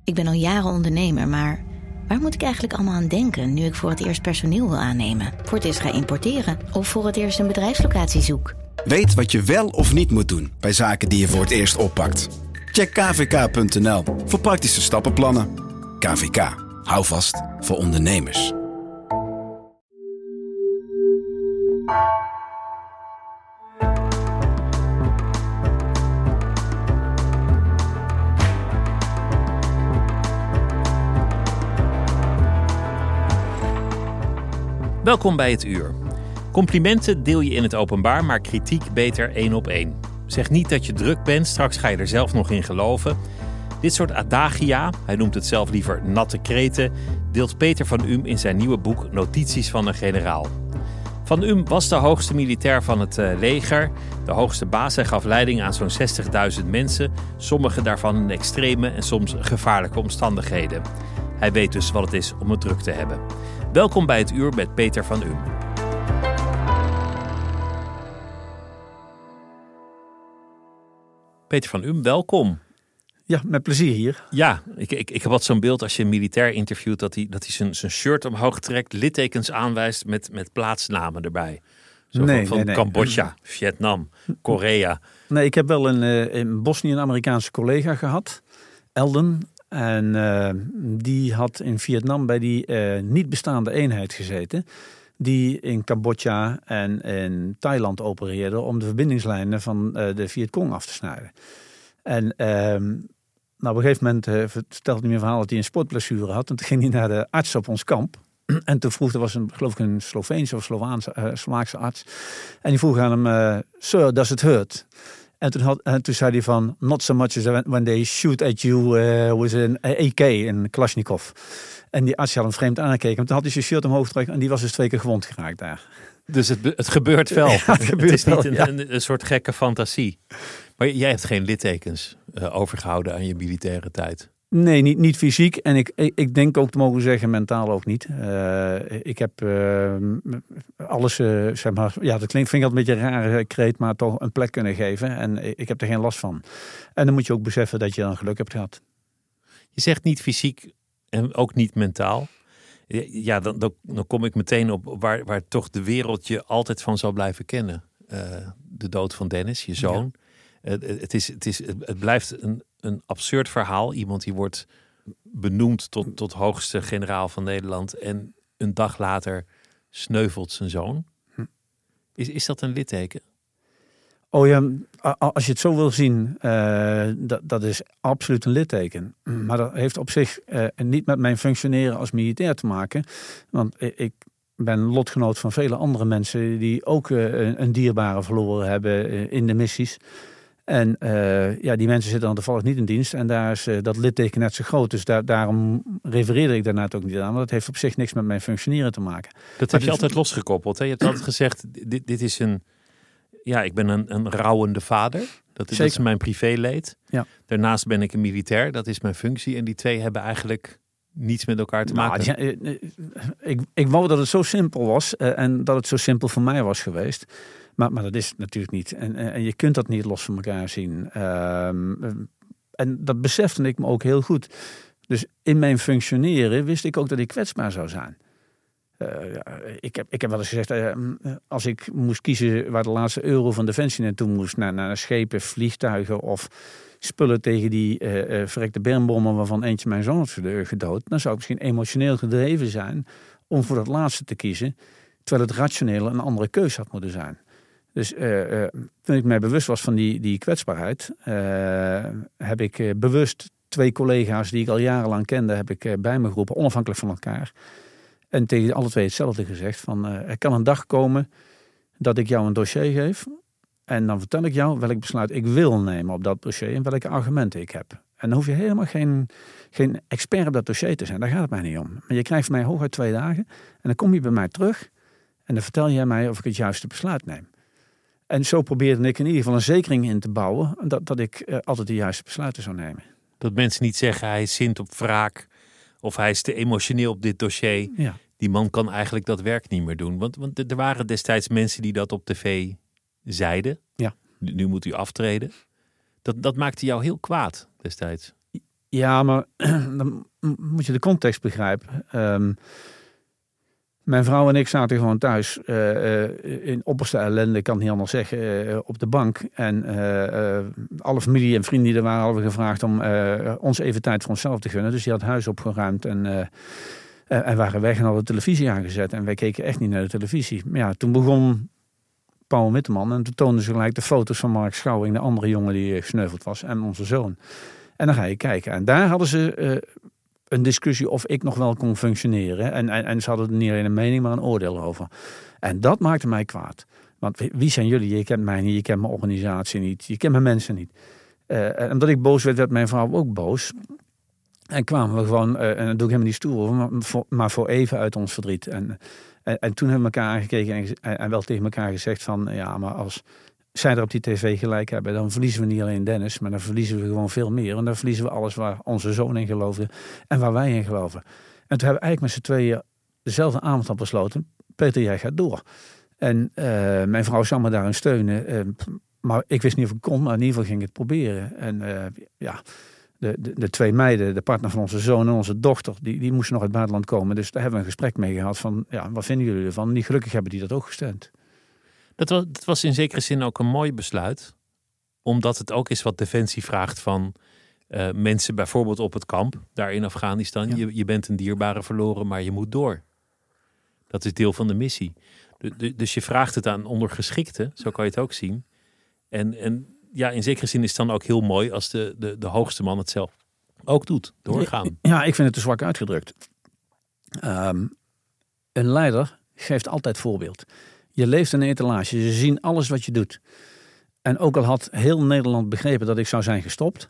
Ik ben al jaren ondernemer, maar waar moet ik eigenlijk allemaal aan denken nu ik voor het eerst personeel wil aannemen, voor het eerst ga importeren of voor het eerst een bedrijfslocatie zoek? Weet wat je wel of niet moet doen bij zaken die je voor het eerst oppakt. Check kvk.nl voor praktische stappenplannen. KVK. Hou vast voor ondernemers. Welkom bij Het Uur. Complimenten deel je in het openbaar, maar kritiek beter 1 op 1. Zeg niet dat je druk bent, straks ga je er zelf nog in geloven. Dit soort adagia, hij noemt het zelf liever natte kreten, deelt Peter van Uhm in zijn nieuwe boek Notities van een generaal. Van Uhm was de hoogste militair van het leger, de hoogste baas. Hij gaf leiding aan zo'n 60.000 mensen, sommige daarvan in extreme en soms gevaarlijke omstandigheden. Hij weet dus wat het is om het druk te hebben. Welkom bij Het Uur met Peter van Uhm. Peter van Uhm, welkom. Ja, met plezier hier. Ja, ik heb wat zo'n beeld als je een militair interviewt dat hij zijn shirt omhoog trekt, littekens aanwijst met plaatsnamen erbij. Van Cambodja, Vietnam, Korea. Nee, ik heb wel in Bosnië een Amerikaanse collega gehad, Eldon. En die had in Vietnam bij die niet bestaande eenheid gezeten, die in Cambodja en in Thailand opereerde om de verbindingslijnen van de Vietcong af te snijden. En op een gegeven moment vertelde hij me een verhaal dat hij een sportblessure had. En toen ging hij naar de arts op ons kamp. En toen vroeg, er was geloof ik een Sloveense of Slovaakse arts. En die vroeg aan hem, sir, does it hurt? En toen zei hij van, not so much as when they shoot at you with an AK, een Kalashnikov. En die arts had hem vreemd aangekeken. En toen had hij zijn shirt omhoog getrokken en die was dus 2 keer gewond geraakt daar. Dus het gebeurt wel. Ja, het is wel, niet een soort gekke fantasie. Maar jij hebt geen littekens overgehouden aan je militaire tijd. Nee, niet fysiek. En ik denk ook te mogen zeggen, mentaal ook niet. Ik heb alles, zeg maar, ja, dat vind ik altijd een beetje een rare kreet, maar toch een plek kunnen geven. En ik heb er geen last van. En dan moet je ook beseffen dat je dan geluk hebt gehad. Je zegt niet fysiek en ook niet mentaal. Ja, dan kom ik meteen op waar toch de wereld je altijd van zal blijven kennen. De dood van Dennis, je zoon. Ja. Het blijft een absurd verhaal. Iemand die wordt benoemd tot hoogste generaal van Nederland en een dag later sneuvelt zijn zoon. Is dat een litteken? Oh ja, als je het zo wil zien, dat is absoluut een litteken. Maar dat heeft op zich niet met mijn functioneren als militair te maken. Want ik ben lotgenoot van vele andere mensen die ook een dierbare verloren hebben in de missies. En die mensen zitten dan toevallig niet in dienst. En daar is dat litteken net zo groot. Dus daarom refereerde ik daarna ook niet aan. Want dat heeft op zich niks met mijn functioneren te maken. Dat heb je altijd losgekoppeld. Hè? Je hebt altijd gezegd, dit is ik ben een rouwende vader. Dat is mijn privéleed. Ja. Daarnaast ben ik een militair. Dat is mijn functie. En die twee hebben eigenlijk niets met elkaar te maken. Ik wou dat het zo simpel was. En dat het zo simpel voor mij was geweest. Maar dat is het natuurlijk niet. En je kunt dat niet los van elkaar zien. En dat besefte ik me ook heel goed. Dus in mijn functioneren wist ik ook dat ik kwetsbaar zou zijn. Ik heb wel eens gezegd, als ik moest kiezen waar de laatste euro van Defensie naartoe moest, naar schepen, vliegtuigen of spullen tegen die verrekte bermbommen waarvan eentje mijn zoon had gedood, dan zou ik misschien emotioneel gedreven zijn om voor dat laatste te kiezen, terwijl het rationeel een andere keuze had moeten zijn. Dus toen ik mij bewust was van die kwetsbaarheid, heb ik bewust 2 collega's die ik al jarenlang kende, heb ik bij me geroepen, onafhankelijk van elkaar. En tegen alle 2 hetzelfde gezegd, van er kan een dag komen dat ik jou een dossier geef. En dan vertel ik jou welk besluit ik wil nemen op dat dossier en welke argumenten ik heb. En dan hoef je helemaal geen expert op dat dossier te zijn, daar gaat het mij niet om. Maar je krijgt van mij hooguit 2 dagen en dan kom je bij mij terug en dan vertel jij mij of ik het juiste besluit neem. En zo probeerde ik in ieder geval een zekering in te bouwen dat ik altijd de juiste besluiten zou nemen. Dat mensen niet zeggen hij zint op wraak of hij is te emotioneel op dit dossier. Ja. Die man kan eigenlijk dat werk niet meer doen. Want er waren destijds mensen die dat op tv zeiden. Ja. Nu moet u aftreden. Dat maakte jou heel kwaad destijds. Ja, maar dan moet je de context begrijpen. Mijn vrouw en ik zaten gewoon thuis in opperste ellende, ik kan het niet anders zeggen, op de bank. En alle familie en vrienden die er waren, hadden we gevraagd om ons even tijd voor onszelf te gunnen. Dus die had het huis opgeruimd en waren weg en hadden de televisie aangezet. En wij keken echt niet naar de televisie. Maar ja, toen begon Paul Witteman en toen toonden ze gelijk de foto's van Mark Schouwing, de andere jongen die gesneuveld was, en onze zoon. En dan ga je kijken. En daar hadden ze een discussie of ik nog wel kon functioneren. En ze hadden er niet alleen een mening, maar een oordeel over. En dat maakte mij kwaad. Want wie zijn jullie? Je kent mij niet, je kent mijn organisatie niet, je kent mijn mensen niet. En omdat ik boos werd mijn vrouw ook boos. En kwamen we gewoon, en dat doe ik helemaal niet stoer over, maar voor even uit ons verdriet. En toen hebben we elkaar aangekeken en wel tegen elkaar gezegd van, ja, maar als zij er op die tv gelijk hebben, dan verliezen we niet alleen Dennis, maar dan verliezen we gewoon veel meer. En dan verliezen we alles waar onze zoon in geloofde en waar wij in geloven. En toen hebben we eigenlijk met z'n tweeën dezelfde avond al besloten, Peter, jij gaat door. En mijn vrouw zou me daarin steunen. Maar ik wist niet of ik kon, maar in ieder geval ging ik het proberen. En de twee meiden, de partner van onze zoon en onze dochter, die moesten nog uit het buitenland komen. Dus daar hebben we een gesprek mee gehad van, ja, wat vinden jullie ervan? En die gelukkig hebben die dat ook gesteund. Dat was in zekere zin ook een mooi besluit. Omdat het ook is wat Defensie vraagt van mensen bijvoorbeeld op het kamp, daar in Afghanistan. Ja. Je bent een dierbare verloren, maar je moet door. Dat is deel van de missie. Dus je vraagt het aan ondergeschikten, zo kan je het ook zien. En ja, in zekere zin is het dan ook heel mooi als de hoogste man het zelf ook doet, doorgaan. Ja, ik vind het te zwak uitgedrukt. Een leider geeft altijd voorbeeld. Je leeft in een etalage, ze zien alles wat je doet. En ook al had heel Nederland begrepen dat ik zou zijn gestopt.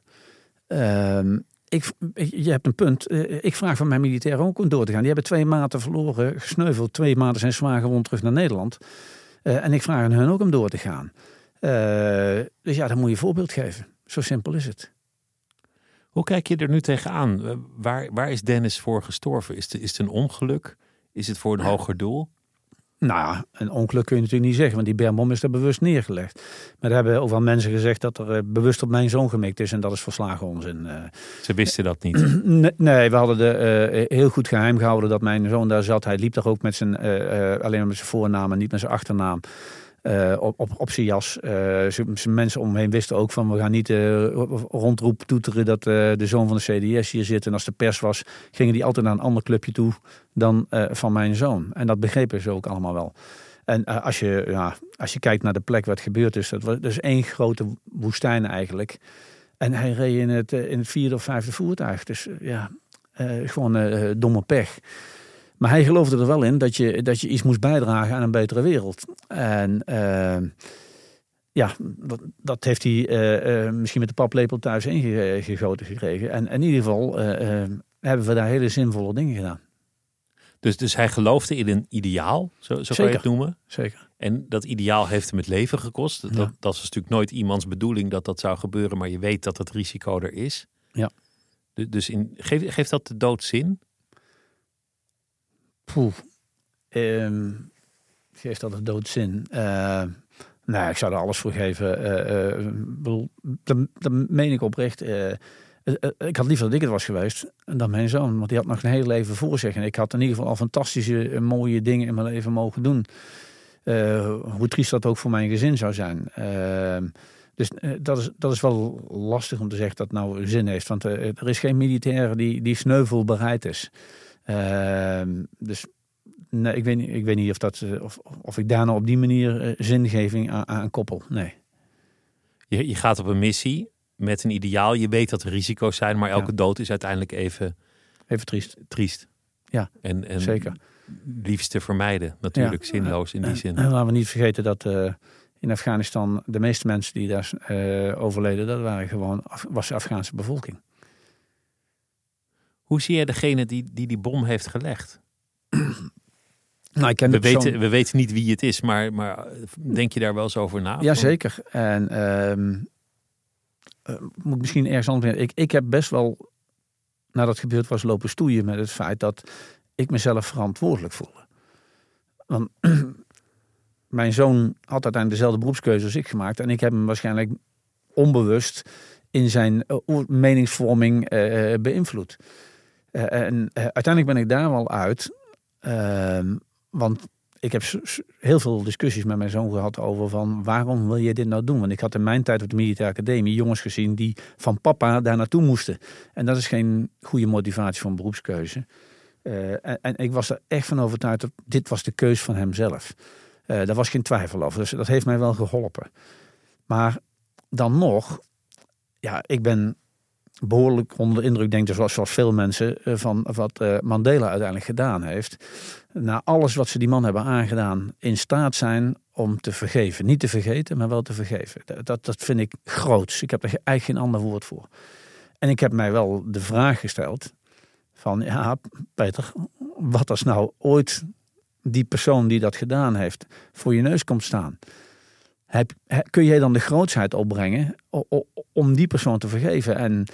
Je hebt een punt. Ik vraag van mijn militairen ook om door te gaan. Die hebben 2 maten verloren, gesneuveld. 2 maten zijn zwaar gewond terug naar Nederland. En ik vraag aan hun ook om door te gaan. Dus ja, dan moet je voorbeeld geven. Zo simpel is het. Hoe kijk je er nu tegenaan? Waar is Dennis voor gestorven? Is het een ongeluk? Is het voor een hoger doel? Nou ja, een ongeluk kun je natuurlijk niet zeggen, want die bermbom is er bewust neergelegd. Maar er hebben ook wel mensen gezegd dat er bewust op mijn zoon gemikt is en dat is volslagen onzin. Ze wisten dat niet? Nee, we hadden heel goed geheim gehouden dat mijn zoon daar zat. Hij liep daar ook met alleen met zijn voornaam en niet met zijn achternaam. Op zijn jas. Zijn mensen om hem heen wisten ook van, we gaan niet rondroep toeteren dat de zoon van de CDS hier zit. En als de pers was, gingen die altijd naar een ander clubje toe dan van mijn zoon. En dat begrepen ze ook allemaal wel. En als je kijkt naar de plek waar het gebeurd is, dat is 1 grote woestijn eigenlijk. En hij reed in het 4e of 5e voertuig. Dus gewoon domme pech. Maar hij geloofde er wel in dat je iets moest bijdragen aan een betere wereld. En dat heeft hij misschien met de paplepel thuis ingegoten gekregen. En in ieder geval hebben we daar hele zinvolle dingen gedaan. Dus hij geloofde in een ideaal, zo kan je het noemen. Zeker. En dat ideaal heeft hem het leven gekost. Ja. Dat was natuurlijk nooit iemands bedoeling dat zou gebeuren. Maar je weet dat het risico er is. Ja. Dus geeft dat de dood zin? Geeft dat de dood zin? Nee, ik zou er alles voor geven. Dat meen ik oprecht. Ik had liever dat ik het was geweest dan mijn zoon. Want die had nog een heel leven voor zich. En ik had in ieder geval al fantastische, mooie dingen in mijn leven mogen doen. Hoe triest dat ook voor mijn gezin zou zijn. Dus dat is wel lastig om te zeggen dat het nou zin heeft. Want er is geen militair die sneuvelbereid is. Dus nee, ik weet niet of ik daar nou op die manier zingeving aan koppel. Nee. Je gaat op een missie met een ideaal. Je weet dat er risico's zijn, maar elke dood is uiteindelijk even triest. Ja, en zeker. Liefst te vermijden, natuurlijk, zinloos in die zin. En laten we niet vergeten dat in Afghanistan de meeste mensen die daar overleden, dat was de Afghaanse bevolking. Hoe zie je degene die bom heeft gelegd? Nou, we weten niet wie het is, maar denk je daar wel eens over na? Ja, zeker. En moet ik misschien ergens anders. Ik heb best wel, nadat het gebeurd was, lopen stoeien met het feit dat ik mezelf verantwoordelijk voelde. Want mijn zoon had uiteindelijk dezelfde beroepskeuze als ik gemaakt. En ik heb hem waarschijnlijk onbewust in zijn meningsvorming beïnvloedt. En uiteindelijk ben ik daar wel uit. Want ik heb heel veel discussies met mijn zoon gehad over van waarom wil je dit nou doen? Want ik had in mijn tijd op de militaire academie jongens gezien die van papa daar naartoe moesten. En dat is geen goede motivatie voor een beroepskeuze. En ik was er echt van overtuigd dat dit was de keus van hemzelf. Daar was geen twijfel over. Dus dat heeft mij wel geholpen. Maar dan nog, ja, ik ben behoorlijk onder de indruk, denk ik, zoals veel mensen, van wat Mandela uiteindelijk gedaan heeft. Na alles wat ze die man hebben aangedaan, in staat zijn om te vergeven. Niet te vergeten, maar wel te vergeven. Dat vind ik groots. Ik heb er eigenlijk geen ander woord voor. En ik heb mij wel de vraag gesteld van, ja, Peter, wat als nou ooit die persoon die dat gedaan heeft voor je neus komt staan? Kun jij dan de grootsheid opbrengen om die persoon te vergeven? En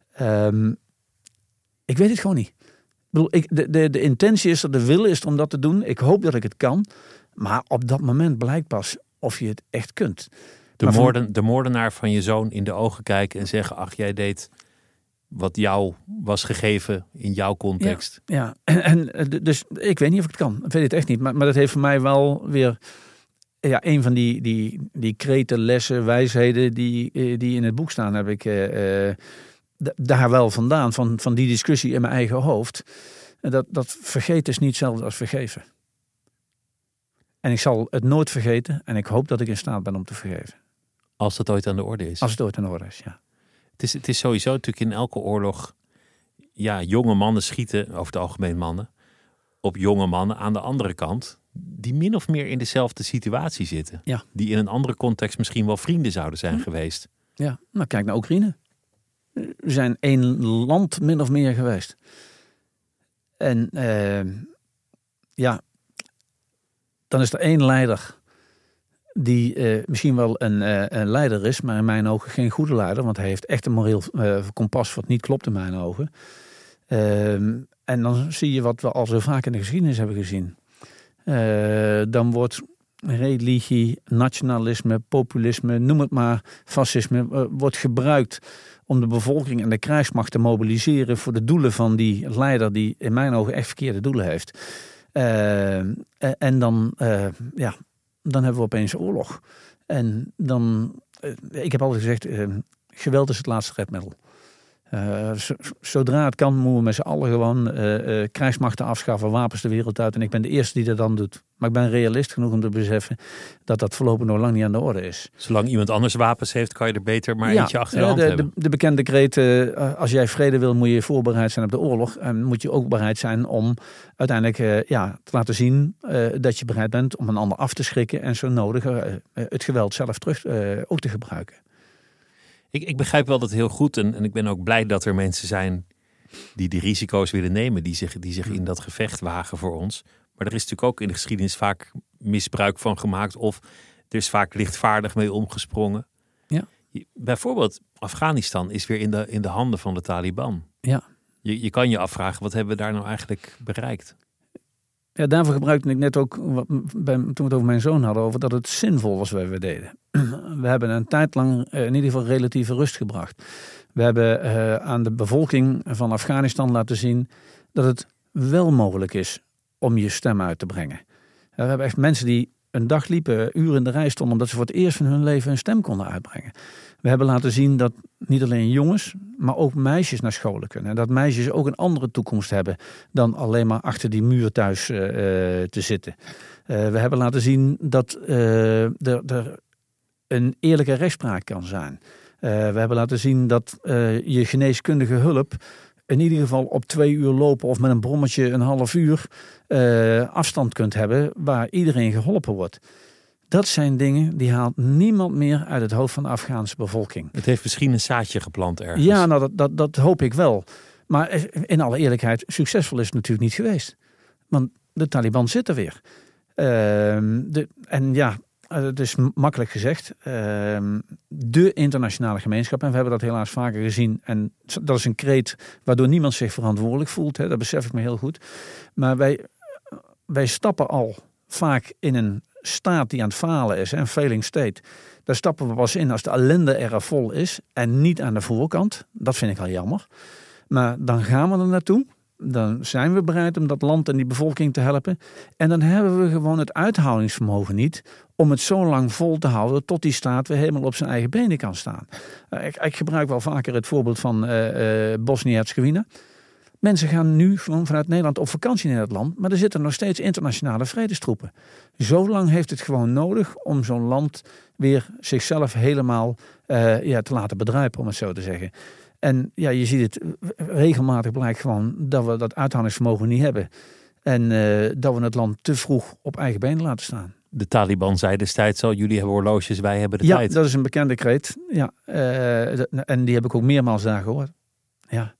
ik weet het gewoon niet. Ik bedoel, de intentie is er, de wil is er om dat te doen. Ik hoop dat ik het kan. Maar op dat moment blijkt pas of je het echt kunt. De moordenaar van je zoon in de ogen kijken en zeggen, ach, jij deed wat jou was gegeven in jouw context. Ja. Dus ik weet niet of ik het kan. Ik weet het echt niet. Maar dat heeft voor mij wel weer een van die kreten, lessen, wijsheden die in het boek staan, heb ik daar wel vandaan. Van die discussie in mijn eigen hoofd. Dat vergeten is niet hetzelfde als vergeven. En ik zal het nooit vergeten. En ik hoop dat ik in staat ben om te vergeven. Als dat ooit aan de orde is. Als het ooit aan de orde is, ja. Het is sowieso natuurlijk in elke oorlog, ja, jonge mannen schieten, over het algemeen mannen, op jonge mannen aan de andere kant, die min of meer in dezelfde situatie zitten. Ja. Die in een andere context misschien wel vrienden zouden zijn geweest. Ja, nou kijk naar Oekraïne. We zijn één land min of meer geweest. En ja, dan is er één leider die misschien wel een leider is, maar in mijn ogen geen goede leider, want hij heeft echt een moreel kompas wat niet klopt in mijn ogen. En dan zie je wat we al zo vaak in de geschiedenis hebben gezien. Dan wordt religie, nationalisme, populisme, noem het maar, fascisme, wordt gebruikt om de bevolking en de krijgsmacht te mobiliseren voor de doelen van die leider die in mijn ogen echt verkeerde doelen heeft. En dan hebben we opeens oorlog. En dan, ik heb altijd gezegd, geweld is het laatste redmiddel. Zodra het kan, moeten we met z'n allen gewoon krijgsmachten afschaffen, wapens de wereld uit. En ik ben de eerste die dat dan doet. Maar ik ben realist genoeg om te beseffen dat dat voorlopig nog lang niet aan de orde is. Zolang iemand anders wapens heeft, kan je er beter maar eentje achter de hand hebben. De bekende kreet, als jij vrede wil, moet je voorbereid zijn op de oorlog. En moet je ook bereid zijn om uiteindelijk te laten zien dat je bereid bent om een ander af te schrikken. En zo nodig het geweld zelf terug ook te gebruiken. Ik begrijp wel dat heel goed en ik ben ook blij dat er mensen zijn die die risico's willen nemen, die zich in dat gevecht wagen voor ons. Maar er is natuurlijk ook in de geschiedenis vaak misbruik van gemaakt of er is vaak lichtvaardig mee omgesprongen. Ja. Bijvoorbeeld Afghanistan is weer in de handen van de Taliban. Ja. Je kan je afvragen, wat hebben we daar nou eigenlijk bereikt? Ja, daarvoor gebruikte ik net ook, toen we het over mijn zoon hadden, over dat het zinvol was wat we deden. We hebben een tijd lang in ieder geval relatieve rust gebracht. We hebben aan de bevolking van Afghanistan laten zien dat het wel mogelijk is om je stem uit te brengen. We hebben echt mensen die een dag liepen, uren in de rij stonden, omdat ze voor het eerst van hun leven hun stem konden uitbrengen. We hebben laten zien dat niet alleen jongens, maar ook meisjes naar scholen kunnen. En dat meisjes ook een andere toekomst hebben dan alleen maar achter die muur thuis te zitten. We hebben laten zien dat er een eerlijke rechtspraak kan zijn. We hebben laten zien dat je geneeskundige hulp in ieder geval op 2 uur lopen of met een brommetje een half uur afstand kunt hebben waar iedereen geholpen wordt. Dat zijn dingen die haalt niemand meer uit het hoofd van de Afghaanse bevolking. Het heeft misschien een zaadje geplant ergens. Ja, nou dat hoop ik wel. Maar in alle eerlijkheid, succesvol is het natuurlijk niet geweest. Want de Taliban zit er weer. Het is makkelijk gezegd. De internationale gemeenschap, en we hebben dat helaas vaker gezien. En dat is een kreet waardoor niemand zich verantwoordelijk voelt. Dat besef ik me heel goed. Maar wij stappen al vaak in een staat die aan het falen is, een failing state. Daar stappen we pas in als de ellende er vol is en niet aan de voorkant. Dat vind ik al jammer. Maar dan gaan we er naartoe. Dan zijn we bereid om dat land en die bevolking te helpen. En dan hebben we gewoon het uithoudingsvermogen niet om het zo lang vol te houden tot die staat weer helemaal op zijn eigen benen kan staan. Ik gebruik wel vaker het voorbeeld van Bosnië-Herzegovina. Mensen gaan nu gewoon vanuit Nederland op vakantie in het land, maar er zitten nog steeds internationale vredestroepen. Zo lang heeft het gewoon nodig om zo'n land weer zichzelf helemaal te laten bedruipen, om het zo te zeggen. En ja, je ziet het regelmatig blijkt gewoon dat we dat uithoudingsvermogen niet hebben. En dat we het land te vroeg op eigen benen laten staan. De Taliban zei destijds al, jullie hebben horloges, wij hebben de tijd. Ja, dat is een bekende kreet. Ja, en die heb ik ook meermaals daar gehoord. Ja.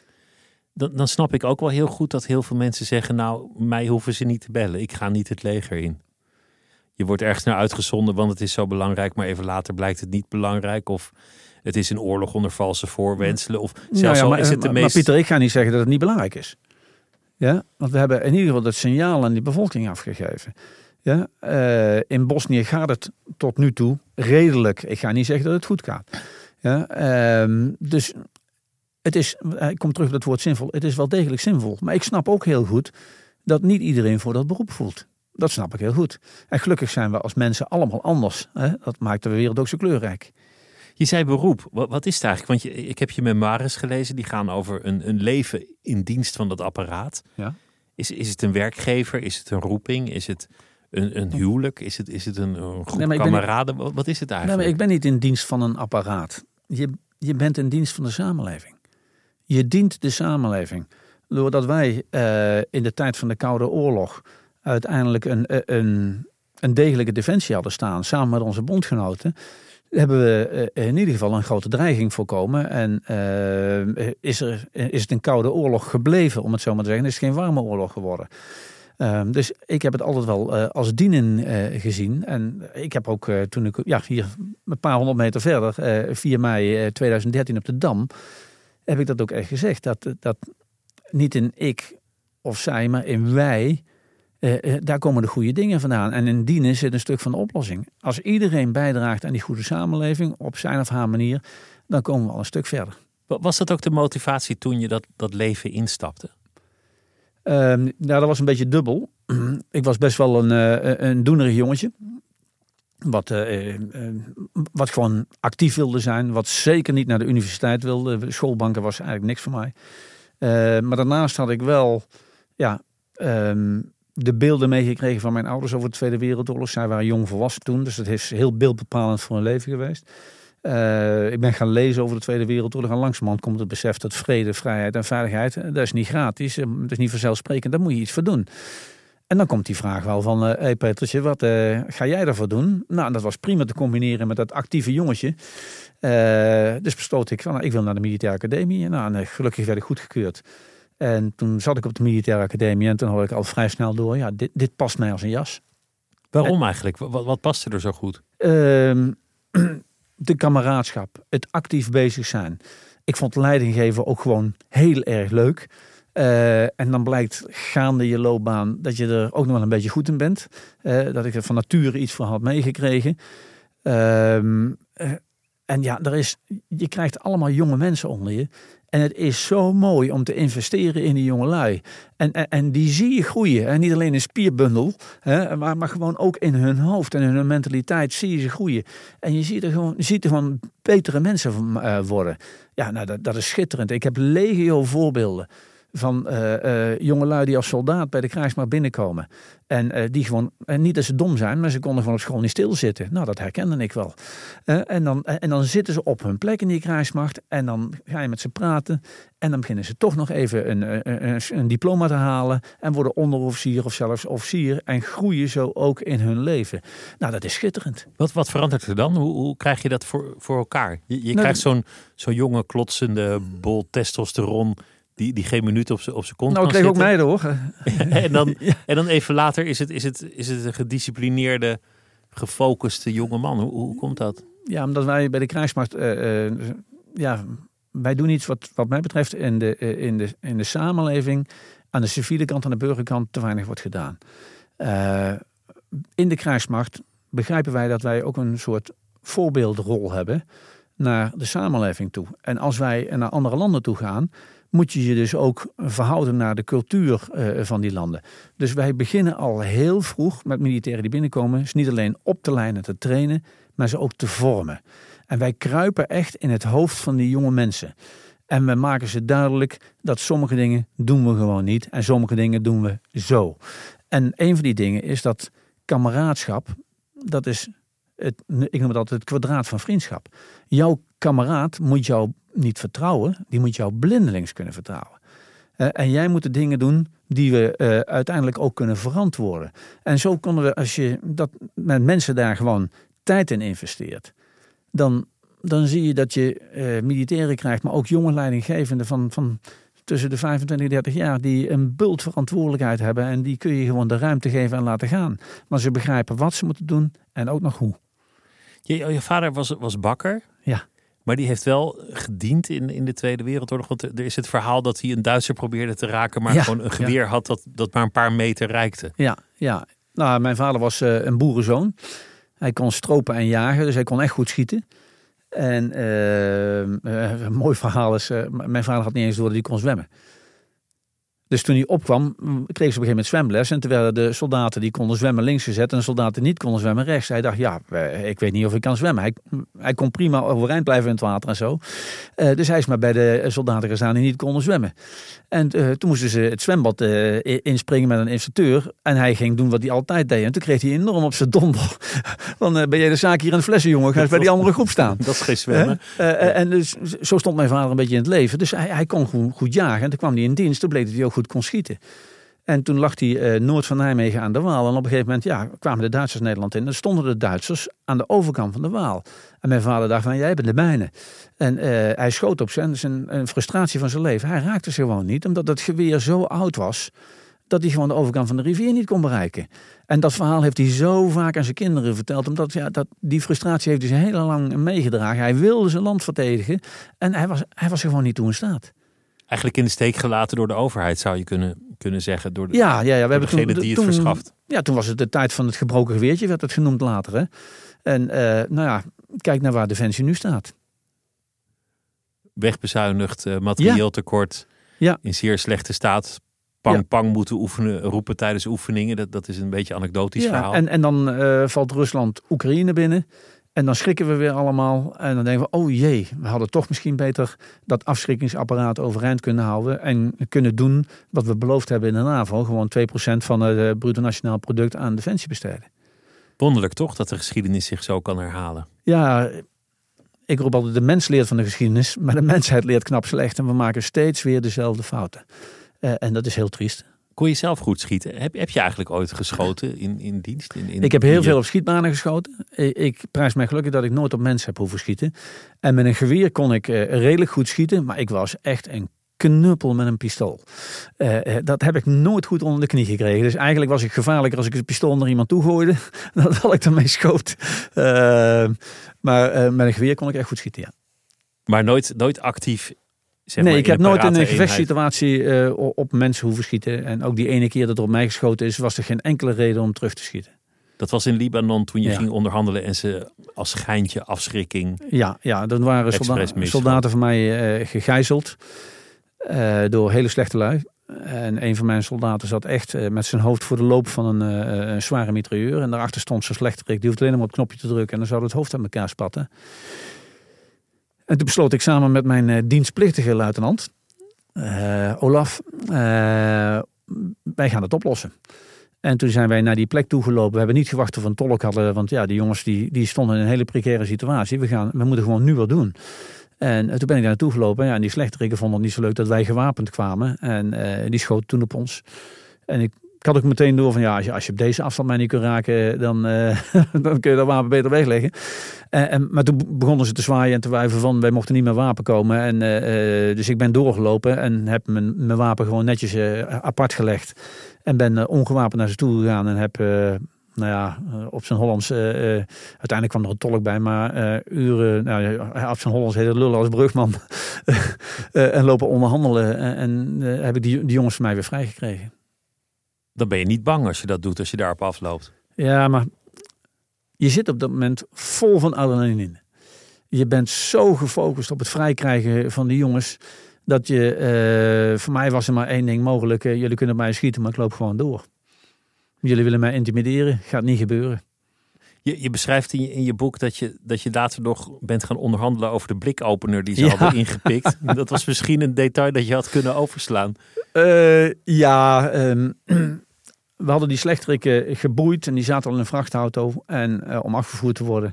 Dan snap ik ook wel heel goed dat heel veel mensen zeggen, nou, mij hoeven ze niet te bellen. Ik ga niet het leger in. Je wordt ergens naar uitgezonden, want het is zo belangrijk, maar even later blijkt het niet belangrijk. Of het is een oorlog onder valse voorwendselen. Of zelfs al is het de meest... Maar Pieter, ik ga niet zeggen dat het niet belangrijk is. Ja, want we hebben in ieder geval het signaal aan die bevolking afgegeven. Ja, in Bosnië gaat het tot nu toe redelijk. Ik ga niet zeggen dat het goed gaat. Ja, dus het is, ik kom terug op het woord zinvol. Het is wel degelijk zinvol. Maar ik snap ook heel goed dat niet iedereen voor dat beroep voelt. Dat snap ik heel goed. En gelukkig zijn we als mensen allemaal anders. Hè? Dat maakt de wereld ook zo kleurrijk. Je zei beroep. Wat is het eigenlijk? Want ik heb je memoires gelezen. Die gaan over een leven in dienst van dat apparaat. Ja. Is het een werkgever? Is het een roeping? Is het een huwelijk? Is het een groep kameraden? Wat is het eigenlijk? Nee, maar ik ben niet in dienst van een apparaat. Je bent in dienst van de samenleving. Je dient de samenleving. Doordat wij in de tijd van de Koude Oorlog uiteindelijk een degelijke defensie hadden staan, samen met onze bondgenoten, hebben we in ieder geval een grote dreiging voorkomen. En is het een Koude Oorlog gebleven, om het zo maar te zeggen. Is het geen warme oorlog geworden. Dus ik heb het altijd wel als dienen gezien. En ik heb ook toen ik hier een paar honderd meter verder, 4 mei 2013 op de Dam, heb ik dat ook echt gezegd. Dat niet in ik of zij, maar in wij, daar komen de goede dingen vandaan. En in dienen zit een stuk van de oplossing. Als iedereen bijdraagt aan die goede samenleving op zijn of haar manier, dan komen we al een stuk verder. Was dat ook de motivatie toen je dat leven instapte? Dat was een beetje dubbel. Ik was best wel een doenerig jongetje. Wat gewoon actief wilde zijn. Wat zeker niet naar de universiteit wilde. Schoolbanken was eigenlijk niks voor mij. Maar daarnaast had ik wel de beelden meegekregen van mijn ouders over de Tweede Wereldoorlog. Zij waren jong volwassen toen. Dus dat is heel beeldbepalend voor hun leven geweest. Ik ben gaan lezen over de Tweede Wereldoorlog. En langzamerhand komt het besef dat vrede, vrijheid en veiligheid, dat is niet gratis. Dat is niet vanzelfsprekend. Daar moet je iets voor doen. En dan komt die vraag wel van, hey Petertje, wat ga jij daarvoor doen? Nou, dat was prima te combineren met dat actieve jongetje. Dus besloot ik van, ik wil naar de militaire academie. En gelukkig werd ik goedgekeurd. En toen zat ik op de militaire academie en toen had ik al vrij snel door, ja, dit past mij als een jas. Waarom eigenlijk? Wat paste er zo goed? De kameraadschap, het actief bezig zijn. Ik vond leidinggeven ook gewoon heel erg leuk. En dan blijkt gaande je loopbaan dat je er ook nog wel een beetje goed in bent. Dat ik er van nature iets van had meegekregen. En ja, je krijgt allemaal jonge mensen onder je. En het is zo mooi om te investeren in die jongelui. En die zie je groeien. En niet alleen in spierbundel, maar gewoon ook in hun hoofd en in hun mentaliteit zie je ze groeien. En je ziet er gewoon betere mensen worden. Ja, nou, dat is schitterend. Ik heb legio voorbeelden van jongelui die als soldaat bij de krijgsmacht binnenkomen. En die gewoon, en niet dat ze dom zijn, maar ze konden gewoon op school niet stilzitten. Nou, dat herkende ik wel. En dan zitten ze op hun plek in die krijgsmacht. En dan ga je met ze praten. En dan beginnen ze toch nog even een diploma te halen. En worden onderofficier of zelfs officier. En groeien zo ook in hun leven. Nou, dat is schitterend. Wat verandert er dan? Hoe krijg je dat voor elkaar? Je krijgt zo'n jonge, klotsende bol testosteron die geen minuut op zijn kont kan zitten. Nou, ik kreeg ook meiden hoor. En dan even later is het een gedisciplineerde, gefocuste jonge man. Hoe komt dat? Ja, omdat wij bij de krijgsmacht, wij doen iets wat mij betreft in de samenleving aan de civiele kant en de burgerkant te weinig wordt gedaan. in de krijgsmacht begrijpen wij dat wij ook een soort voorbeeldrol hebben naar de samenleving toe. En als wij naar andere landen toe gaan, moet je je dus ook verhouden naar de cultuur van die landen. Dus wij beginnen al heel vroeg met militairen die binnenkomen, is niet alleen op te leiden, te trainen, maar ze ook te vormen. En wij kruipen echt in het hoofd van die jonge mensen. En we maken ze duidelijk dat sommige dingen doen we gewoon niet en sommige dingen doen we zo. En een van die dingen is dat kameraadschap, dat is ik noem het altijd het kwadraat van vriendschap. Jouw kameraad moet jou niet vertrouwen, die moet jou blindelings kunnen vertrouwen. En jij moet de dingen doen die we uiteindelijk ook kunnen verantwoorden. En zo konden we, als je dat met mensen daar gewoon tijd in investeert, dan zie je dat je militairen krijgt, maar ook jonge leidinggevenden van tussen de 25 en 30 jaar die een bult verantwoordelijkheid hebben en die kun je gewoon de ruimte geven en laten gaan. Maar ze begrijpen wat ze moeten doen en ook nog hoe. Je vader was bakker. Ja. Maar die heeft wel gediend in de Tweede Wereldoorlog. Want er is het verhaal dat hij een Duitser probeerde te raken, maar gewoon een geweer had dat maar een paar meter reikte. Ja. Nou, mijn vader was een boerenzoon. Hij kon stropen en jagen, dus hij kon echt goed schieten. En een mooi verhaal is, mijn vader had niet eens door dat hij kon zwemmen. Dus toen hij opkwam, kreeg ze op een gegeven moment zwemles. En terwijl de soldaten die konden zwemmen links gezet en de soldaten niet konden zwemmen rechts. Hij dacht, ik weet niet of ik kan zwemmen. Hij kon prima overeind blijven in het water en zo. Dus hij is maar bij de soldaten gestaan die niet konden zwemmen. En toen moesten ze het zwembad inspringen met een instructeur. En hij ging doen wat hij altijd deed. En toen kreeg hij enorm op zijn donder. Van, ben jij de zaak hier in het flessen, jongen? Ga eens bij die andere groep staan. Dat is geen zwemmen. En dus zo stond mijn vader een beetje in het leven. Dus hij kon goed jagen. En toen kwam hij in dienst. Toen bleek dat hij ook goed kon schieten. En toen lag hij noord van Nijmegen aan de Waal. En op een gegeven moment kwamen de Duitsers Nederland in. En stonden de Duitsers aan de overkant van de Waal. En mijn vader dacht van, jij bent de mijne. En hij schoot op zijn, een frustratie van zijn leven. Hij raakte ze gewoon niet, omdat het geweer zo oud was dat hij gewoon de overkant van de rivier niet kon bereiken. En dat verhaal heeft hij zo vaak aan zijn kinderen verteld. Omdat die frustratie heeft hij zijn heel lang meegedragen. Hij wilde zijn land verdedigen. En hij was er gewoon niet toe in staat. Eigenlijk in de steek gelaten door de overheid, zou je kunnen zeggen. Door we hebben degene die het verschaft. Ja, toen was het de tijd van het gebroken geweertje, werd het genoemd later. Hè? En kijk naar waar Defensie nu staat. Wegbezuinigd, materieel tekort, in zeer slechte staat. Pang moeten roepen tijdens oefeningen. Dat is een beetje een anekdotisch verhaal. En dan valt Rusland Oekraïne binnen. En dan schrikken we weer allemaal. En dan denken we, oh jee, we hadden toch misschien beter dat afschrikkingsapparaat overeind kunnen houden. En kunnen doen wat we beloofd hebben in de NAVO. Gewoon 2% van het bruto nationaal product aan defensie besteden. Wonderlijk toch, dat de geschiedenis zich zo kan herhalen? Ja, ik roep altijd, de mens leert van de geschiedenis. Maar de mensheid leert knap slecht. En we maken steeds weer dezelfde fouten. En dat is heel triest. Kon je zelf goed schieten? Heb je eigenlijk ooit geschoten in dienst? Ik heb heel veel op schietbanen geschoten. Ik prijs mij gelukkig dat ik nooit op mensen heb hoeven schieten. En met een geweer kon ik redelijk goed schieten. Maar ik was echt een knuppel met een pistool. Dat heb ik nooit goed onder de knie gekregen. Dus eigenlijk was ik gevaarlijker als ik een pistool naar iemand toe gooide. Dan dat ik ermee schoot. Maar met een geweer kon ik echt goed schieten, ja. Maar nooit actief... Ik heb nooit in een gevechtssituatie op mensen hoeven schieten. En ook die ene keer dat er op mij geschoten is, was er geen enkele reden om terug te schieten. Dat was in Libanon toen je ging onderhandelen en ze als schijntje afschrikking... Ja, dan waren soldaten van mij gegijzeld door hele slechte lui. En een van mijn soldaten zat echt met zijn hoofd voor de loop van een zware mitrailleur. En daarachter stond zo'n slechterik. Die hoeft alleen maar op het knopje te drukken en dan zou het hoofd aan elkaar spatten. En toen besloot ik samen met mijn dienstplichtige luitenant, Olaf, wij gaan het oplossen. En toen zijn wij naar die plek toegelopen. We hebben niet gewacht tot we een tolk hadden, want die jongens die stonden in een hele precaire situatie. We moeten gewoon nu wat doen. En toen ben ik daar naartoe gelopen. En die slechterikken vonden het niet zo leuk dat wij gewapend kwamen. En die schoten toen op ons. En ik had ook meteen door van als je op deze afstand mij niet kunt raken, dan kun je dat wapen beter wegleggen. Maar toen begonnen ze te zwaaien en te wuiven van wij mochten niet meer wapen komen. En dus ik ben doorgelopen en heb mijn wapen gewoon netjes apart gelegd. En ben ongewapend naar ze toe gegaan en heb op zijn Hollands, uiteindelijk kwam er een tolk bij, maar uren, op zijn Hollands heet het lullen als brugman. En lopen onderhandelen en heb ik die jongens van mij weer vrijgekregen. Dan ben je niet bang als je dat doet, als je daarop afloopt. Ja, maar je zit op dat moment vol van adrenaline. Je bent zo gefocust op het vrijkrijgen van die jongens, dat je, voor mij was er maar één ding mogelijk. Jullie kunnen mij schieten, maar ik loop gewoon door. Jullie willen mij intimideren, gaat niet gebeuren. Je beschrijft in je boek dat je later nog bent gaan onderhandelen over de blikopener die ze hadden ingepikt. Dat was misschien een detail dat je had kunnen overslaan. We hadden die slechterikken geboeid en die zaten al in een vrachtauto om afgevoerd te worden.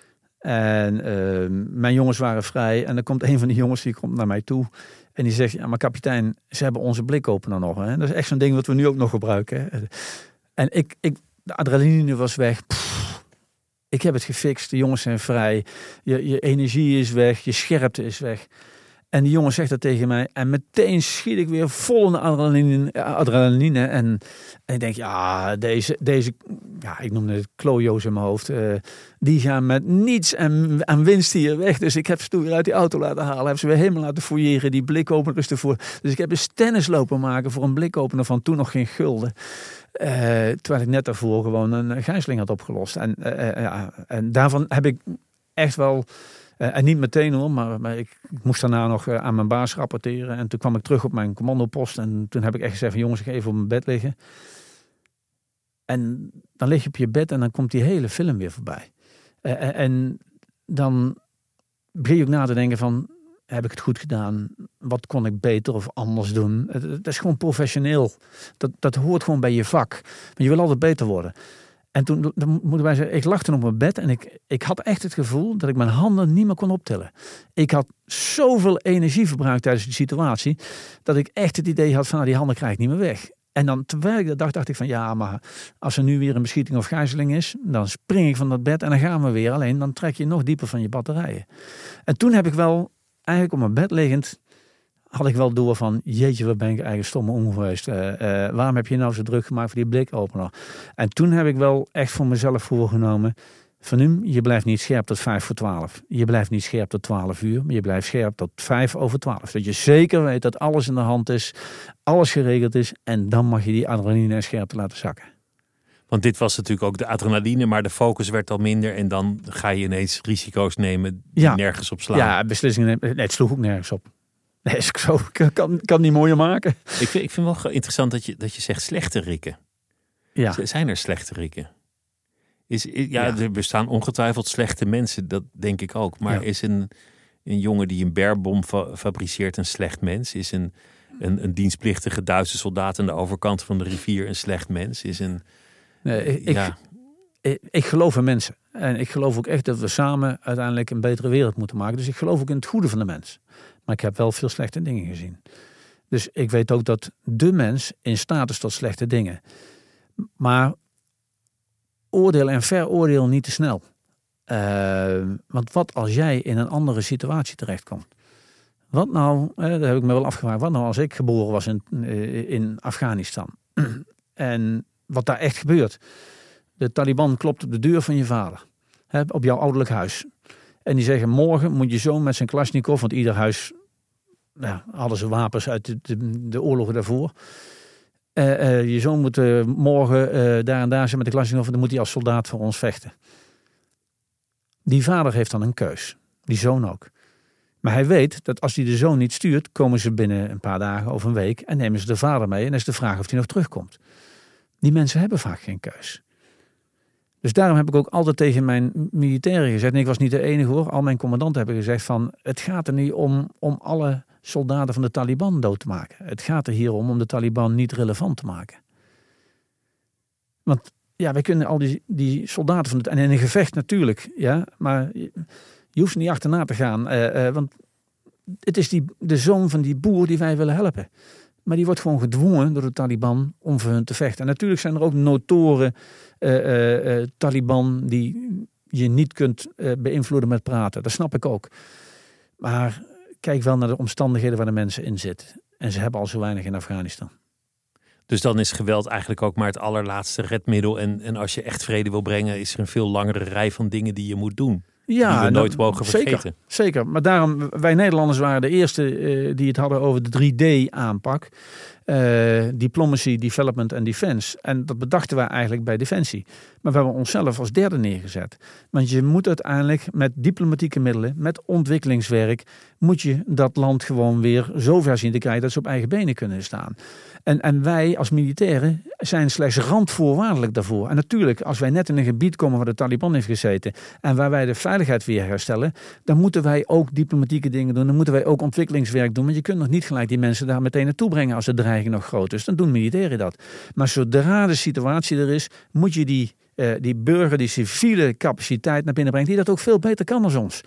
En mijn jongens waren vrij en dan komt een van die jongens die komt naar mij toe en die zegt, ja maar kapitein, ze hebben onze blikopener nog. Hè? Dat is echt zo'n ding wat we nu ook nog gebruiken. Hè? En de adrenaline was weg. Ik heb het gefixt, de jongens zijn vrij, je energie is weg, je scherpte is weg. En die jongen zegt dat tegen mij. En meteen schiet ik weer vol in de adrenaline. En ik denk, ja, deze ik noemde het klojo's in mijn hoofd. Die gaan met niets aan winst hier weg. Dus ik heb ze toen weer uit die auto laten halen. Heb ze weer helemaal laten fouilleren. Die blikopener is ervoor. Dus ik heb een tennis lopen maken voor een blikopener van toen nog geen gulden. Terwijl ik net daarvoor gewoon een gijzeling had opgelost. En daarvan heb ik echt wel... en niet meteen hoor, maar ik moest daarna nog aan mijn baas rapporteren. En toen kwam ik terug op mijn commandopost. En toen heb ik echt gezegd van jongens, ik ga even op mijn bed liggen. En dan lig je op je bed en dan komt die hele film weer voorbij. En dan begin je ook na te denken van, heb ik het goed gedaan? Wat kon ik beter of anders doen? Het is gewoon professioneel. Dat hoort gewoon bij je vak. Maar je wil altijd beter worden. En toen moeten wij zeggen, ik lag toen op mijn bed en ik had echt het gevoel dat ik mijn handen niet meer kon optillen. Ik had zoveel energie verbruikt tijdens die situatie, dat ik echt het idee had van, die handen krijg ik niet meer weg. En dan, terwijl ik dat dacht ik van, ja, maar als er nu weer een beschieting of gijzeling is, dan spring ik van dat bed en dan gaan we weer. Alleen dan trek je nog dieper van je batterijen. En toen heb ik wel, eigenlijk op mijn bed liggend, had ik wel door van, jeetje, wat ben ik eigenlijk stomme ongeweest. Waarom heb je nou zo druk gemaakt voor die blikopener? En toen heb ik wel echt voor mezelf voorgenomen, van nu, je blijft niet scherp tot 5:45. Je blijft niet scherp tot 12 uur, maar je blijft scherp tot 5:05. Dat je zeker weet dat alles in de hand is, alles geregeld is. En dan mag je die adrenaline en scherpte laten zakken. Want dit was natuurlijk ook de adrenaline, maar de focus werd al minder. En dan ga je ineens risico's nemen die nergens op slaan. Ja, beslissingen nemen. Nee, het sloeg ook nergens op. Nee, ik kan het niet mooier maken. Ik vind wel interessant dat je zegt slechte rikken. Ja. Zijn er slechte rikken? Er bestaan ongetwijfeld slechte mensen, dat denk ik ook. Maar is een jongen die een bermbom fabriceert een slecht mens? Is een dienstplichtige Duitse soldaat aan de overkant van de rivier een slecht mens? Ik geloof in mensen. En ik geloof ook echt dat we samen uiteindelijk een betere wereld moeten maken. Dus ik geloof ook in het goede van de mens. Maar ik heb wel veel slechte dingen gezien. Dus ik weet ook dat de mens in staat is tot slechte dingen. Maar oordeel en veroordeel niet te snel. Want wat als jij in een andere situatie terechtkomt? Wat nou, daar heb ik me wel afgevraagd. Wat nou als ik geboren was in Afghanistan? En wat daar echt gebeurt. De Taliban klopt op de deur van je vader. Op jouw ouderlijk huis. En die zeggen, morgen moet je zoon met zijn Kalashnikov, want ieder huis hadden ze wapens uit de oorlogen daarvoor. Je zoon moet morgen daar en daar zijn met de Kalashnikov, dan moet hij als soldaat voor ons vechten. Die vader heeft dan een keus. Die zoon ook. Maar hij weet dat als hij de zoon niet stuurt, komen ze binnen een paar dagen of een week en nemen ze de vader mee en is de vraag of hij nog terugkomt. Die mensen hebben vaak geen keus. Dus daarom heb ik ook altijd tegen mijn militairen gezegd, en ik was niet de enige hoor, al mijn commandanten hebben gezegd van, het gaat er niet om alle soldaten van de Taliban dood te maken. Het gaat er hier om de Taliban niet relevant te maken. Want ja, wij kunnen al die soldaten van en in een gevecht natuurlijk, ja, maar je hoeft er niet achterna te gaan, want het is de zoon van die boer die wij willen helpen. Maar die wordt gewoon gedwongen door de Taliban om voor hun te vechten. En natuurlijk zijn er ook notoren Taliban die je niet kunt beïnvloeden met praten. Dat snap ik ook. Maar kijk wel naar de omstandigheden waar de mensen in zitten. En ze hebben al zo weinig in Afghanistan. Dus dan is geweld eigenlijk ook maar het allerlaatste redmiddel. En als je echt vrede wil brengen, is er een veel langere rij van dingen die je moet doen. die we nooit mogen vergeten. Zeker, maar daarom, wij Nederlanders waren de eerste die het hadden over de 3D-aanpak. Diplomacy, Development en Defense. En dat bedachten wij eigenlijk bij Defensie. Maar we hebben onszelf als derde neergezet. Want je moet uiteindelijk met diplomatieke middelen, met ontwikkelingswerk, moet je dat land gewoon weer zover zien te krijgen dat ze op eigen benen kunnen staan. En wij als militairen zijn slechts randvoorwaardelijk daarvoor. En natuurlijk, als wij net in een gebied komen waar de Taliban heeft gezeten en waar wij de veiligheid weer herstellen, dan moeten wij ook diplomatieke dingen doen. Dan moeten wij ook ontwikkelingswerk doen. Want je kunt nog niet gelijk die mensen daar meteen naartoe brengen als de dreiging nog groot is. Dan doen militairen dat. Maar zodra de situatie er is, moet je die burger, die civiele capaciteit naar binnen brengen, die dat ook veel beter kan dan ons.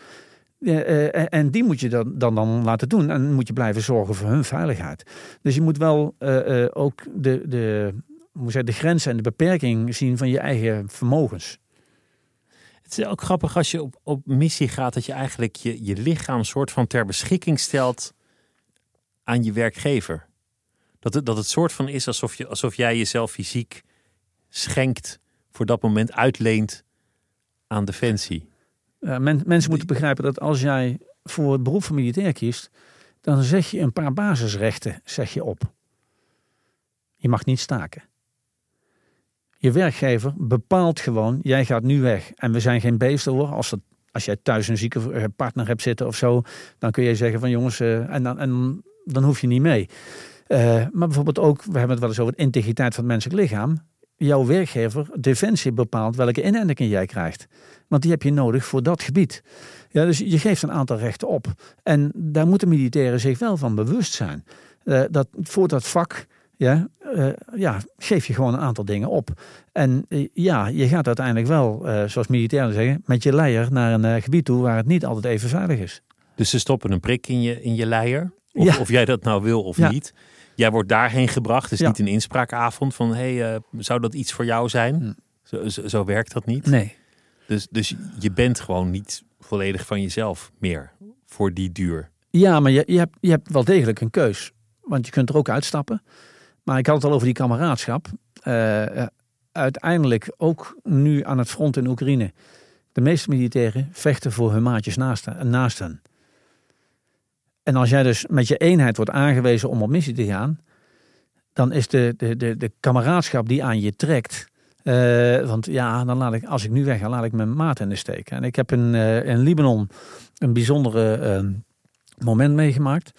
En die moet je dan laten doen. En moet je blijven zorgen voor hun veiligheid. Dus je moet wel ook de grenzen en de beperking zien van je eigen vermogens. Het is ook grappig als je op missie gaat, dat je eigenlijk je lichaam soort van ter beschikking stelt aan je werkgever. Dat het soort van is alsof jij jezelf fysiek schenkt, voor dat moment uitleent aan Defensie. Mensen moeten begrijpen dat als jij voor het beroep van militair kiest, dan zeg je een paar basisrechten op. Je mag niet staken. Je werkgever bepaalt gewoon, jij gaat nu weg. En we zijn geen beesten hoor. Als jij thuis een zieke partner hebt zitten of zo, dan kun je zeggen van jongens, en dan hoef je niet mee. Maar bijvoorbeeld ook, we hebben het wel eens over de integriteit van het menselijk lichaam. Jouw werkgever, Defensie, bepaalt welke inenting jij krijgt. Want die heb je nodig voor dat gebied. Ja, dus je geeft een aantal rechten op. En daar moeten militairen zich wel van bewust zijn. Dat voor dat vak geef je gewoon een aantal dingen op. En je gaat uiteindelijk wel, zoals militairen zeggen, met je leier naar een gebied toe waar het niet altijd even veilig is. Dus ze stoppen een prik in je leier? Of jij dat nou wil of niet? Jij wordt daarheen gebracht, dus niet een inspraakavond van zou dat iets voor jou zijn? Zo werkt dat niet. Nee. Dus je bent gewoon niet volledig van jezelf meer voor die duur. Ja, maar je hebt wel degelijk een keus. Want je kunt er ook uitstappen. Maar ik had het al over die kameraadschap. Uiteindelijk ook nu aan het front in Oekraïne. De meeste militairen vechten voor hun maatjes naast hen. En als jij dus met je eenheid wordt aangewezen om op missie te gaan, dan is de kameraadschap die aan je trekt. Want dan als ik nu weg ga, laat ik mijn maat in de steek. En ik heb in Libanon een bijzondere moment meegemaakt.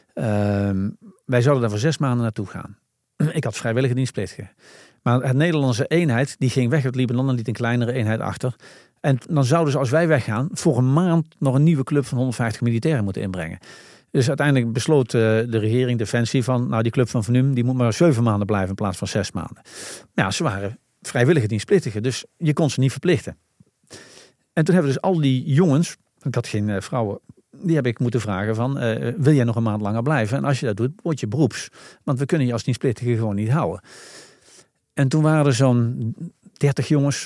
Wij zouden daar voor 6 maanden naartoe gaan. Ik had vrijwillige dienstplichtige. Maar het Nederlandse eenheid, die ging weg uit Libanon en liet een kleinere eenheid achter. En dan zouden ze, als wij weggaan, voor een maand nog een nieuwe club van 150 militairen moeten inbrengen. Dus uiteindelijk besloot de regering, Defensie, van die club van Num, die moet maar 7 maanden blijven in plaats van 6 maanden. Ja, ze waren vrijwillige dienstplichtigen, dus je kon ze niet verplichten. En toen hebben we dus al die jongens, ik had geen vrouwen, die heb ik moeten vragen van, wil jij nog een maand langer blijven? En als je dat doet, word je beroeps. Want we kunnen je als dienstplichtige gewoon niet houden. En toen waren er zo'n 30 jongens,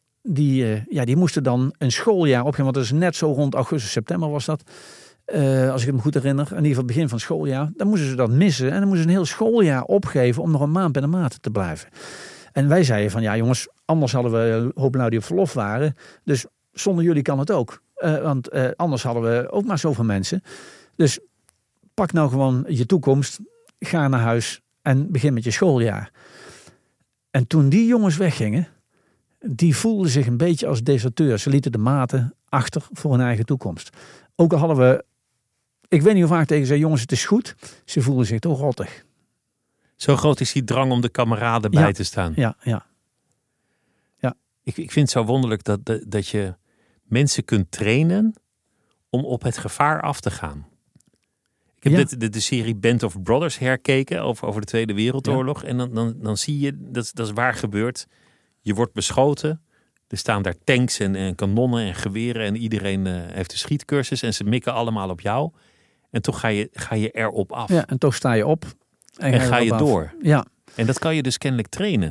die moesten dan een schooljaar opgaan. Want dat is net zo rond augustus, september was dat. Als ik het me goed herinner, in ieder geval het begin van het schooljaar. Dan moesten ze dat missen. En dan moesten ze een heel schooljaar opgeven om nog een maand bij de maat te blijven. En wij zeiden van, ja jongens, anders hadden we een hoop lui die op verlof waren. Dus zonder jullie kan het ook. Want anders hadden we ook maar zoveel mensen. Dus pak nou gewoon je toekomst. Ga naar huis en begin met je schooljaar. En toen die jongens weggingen, die voelden zich een beetje als deserteurs. Ze lieten de maten achter voor hun eigen toekomst. Ook al hadden we, ik weet niet hoe vaak tegen ze, jongens, het is goed. Ze voelden zich toch rottig. Zo groot is die drang om de kameraden bij te staan. Ja. Ik vind het zo wonderlijk dat je mensen kunt trainen om op het gevaar af te gaan. Ik heb de serie Band of Brothers herkeken over de Tweede Wereldoorlog. Ja. En dan zie je, dat is waar gebeurt. Je wordt beschoten. Er staan daar tanks en kanonnen en geweren. En iedereen heeft een schietcursus. En ze mikken allemaal op jou. En toch ga je erop af. Ja, en toch sta je op. En ga je door. Af. Ja. En dat kan je dus kennelijk trainen.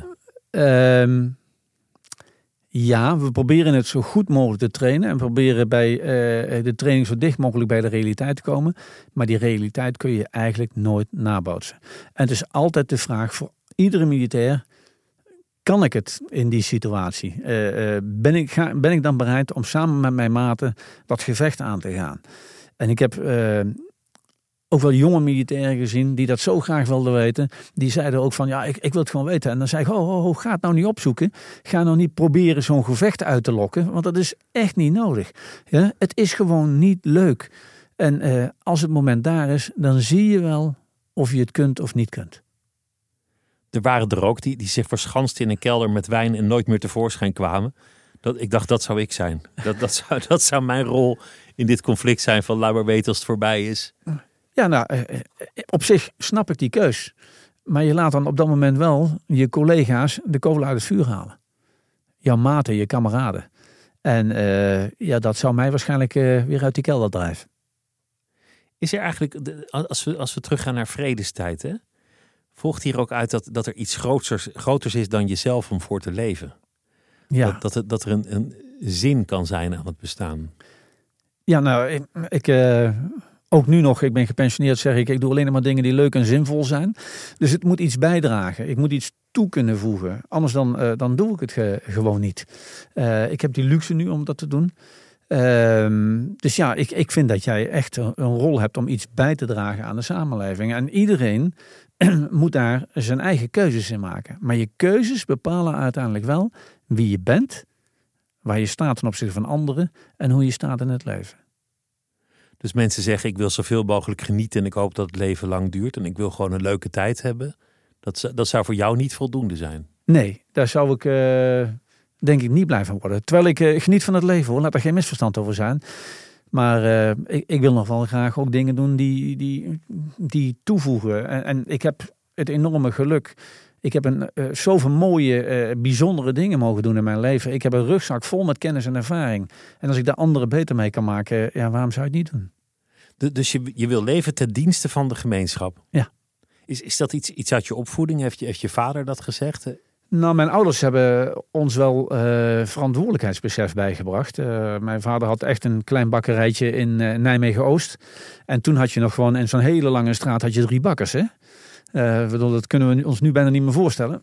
Ja, we proberen het zo goed mogelijk te trainen. En proberen bij de training zo dicht mogelijk bij de realiteit te komen. Maar die realiteit kun je eigenlijk nooit nabootsen. En het is altijd de vraag voor iedere militair. kan ik het in die situatie? Ben ik dan bereid om samen met mijn maten dat gevecht aan te gaan? En ik heb ook wel jonge militairen gezien die dat zo graag wilden weten. Die zeiden ook van, ja, ik wil het gewoon weten. En dan zei ik, ga het nou niet opzoeken. Ga nou niet proberen zo'n gevecht uit te lokken. Want dat is echt niet nodig. Ja? Het is gewoon niet leuk. En als het moment daar is, dan zie je wel of je het kunt of niet kunt. Er waren er ook die zich verschansten in een kelder met wijn en nooit meer tevoorschijn kwamen. Ik dacht, dat zou ik zijn. Dat zou mijn rol in dit conflict zijn van laat maar weten als het voorbij is. Ja, nou, op zich snap ik die keus. Maar je laat dan op dat moment wel je collega's de kolen uit het vuur halen. Jouw maten, je kameraden. En dat zou mij waarschijnlijk weer uit die kelder drijven. Is er eigenlijk, als we teruggaan naar vredestijd, hè, volgt hier ook uit dat er iets groters is dan jezelf om voor te leven? Ja. Dat er een zin kan zijn aan het bestaan? Ja, nou, ik ook nu nog, ik ben gepensioneerd, zeg ik doe alleen maar dingen die leuk en zinvol zijn. Dus het moet iets bijdragen. Ik moet iets toe kunnen voegen. Anders dan doe ik het gewoon niet. Ik heb die luxe nu om dat te doen. Dus ja, ik vind dat jij echt een rol hebt om iets bij te dragen aan de samenleving. En iedereen moet daar zijn eigen keuzes in maken. Maar je keuzes bepalen uiteindelijk wel wie je bent, waar je staat ten opzichte van anderen en hoe je staat in het leven. Dus mensen zeggen, ik wil zoveel mogelijk genieten en ik hoop dat het leven lang duurt en ik wil gewoon een leuke tijd hebben. Dat zou voor jou niet voldoende zijn? Nee, daar zou ik denk ik niet blij van worden. Terwijl ik geniet van het leven, hoor. Laat er geen misverstand over zijn. Maar ik wil nog wel graag ook dingen doen die toevoegen. En ik heb het enorme geluk. Ik heb zoveel mooie, bijzondere dingen mogen doen in mijn leven. Ik heb een rugzak vol met kennis en ervaring. En als ik daar anderen beter mee kan maken, ja, waarom zou je het niet doen? Dus je wil leven ten dienste van de gemeenschap? Ja. Is dat iets uit je opvoeding? Heeft je vader dat gezegd? Nou, mijn ouders hebben ons wel verantwoordelijkheidsbesef bijgebracht. Mijn vader had echt een klein bakkerijtje in Nijmegen-Oost. En toen had je nog gewoon in zo'n hele lange straat had je 3 bakkers, hè? Dat kunnen we ons nu bijna niet meer voorstellen.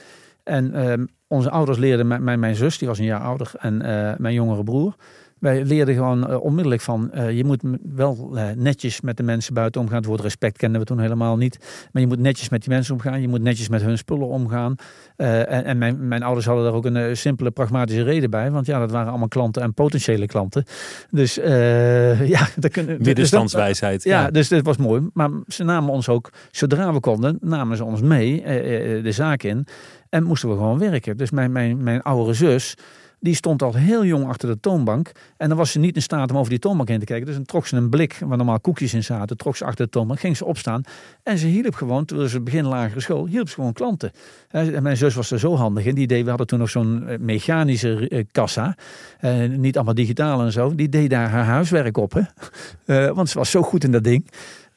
En onze ouders leerden mijn zus, die was een jaar ouder, en mijn jongere broer. Wij leerden gewoon onmiddellijk van, je moet wel netjes met de mensen buiten omgaan. Het woord respect kenden we toen helemaal niet. Maar je moet netjes met die mensen omgaan. Je moet netjes met hun spullen omgaan. En mijn ouders hadden daar ook een simpele, pragmatische reden bij. Want ja, dat waren allemaal klanten en potentiële klanten. Dus ja. Middenstandswijsheid. Dus dit was mooi. Maar ze namen ons ook, zodra we konden, namen ze ons mee de zaak in. En moesten we gewoon werken. Dus mijn oudere zus, die stond al heel jong achter de toonbank. En dan was ze niet in staat om over die toonbank heen te kijken. Dus dan trok ze een blik, waar normaal koekjes in zaten, trok ze achter de toonbank, ging ze opstaan. En ze hielp gewoon, toen ze begin lagere school, hielp ze gewoon klanten. En mijn zus was er zo handig in. We hadden toen nog zo'n mechanische kassa. Niet allemaal digitaal en zo. Die deed daar haar huiswerk op. Hè? Want ze was zo goed in dat ding.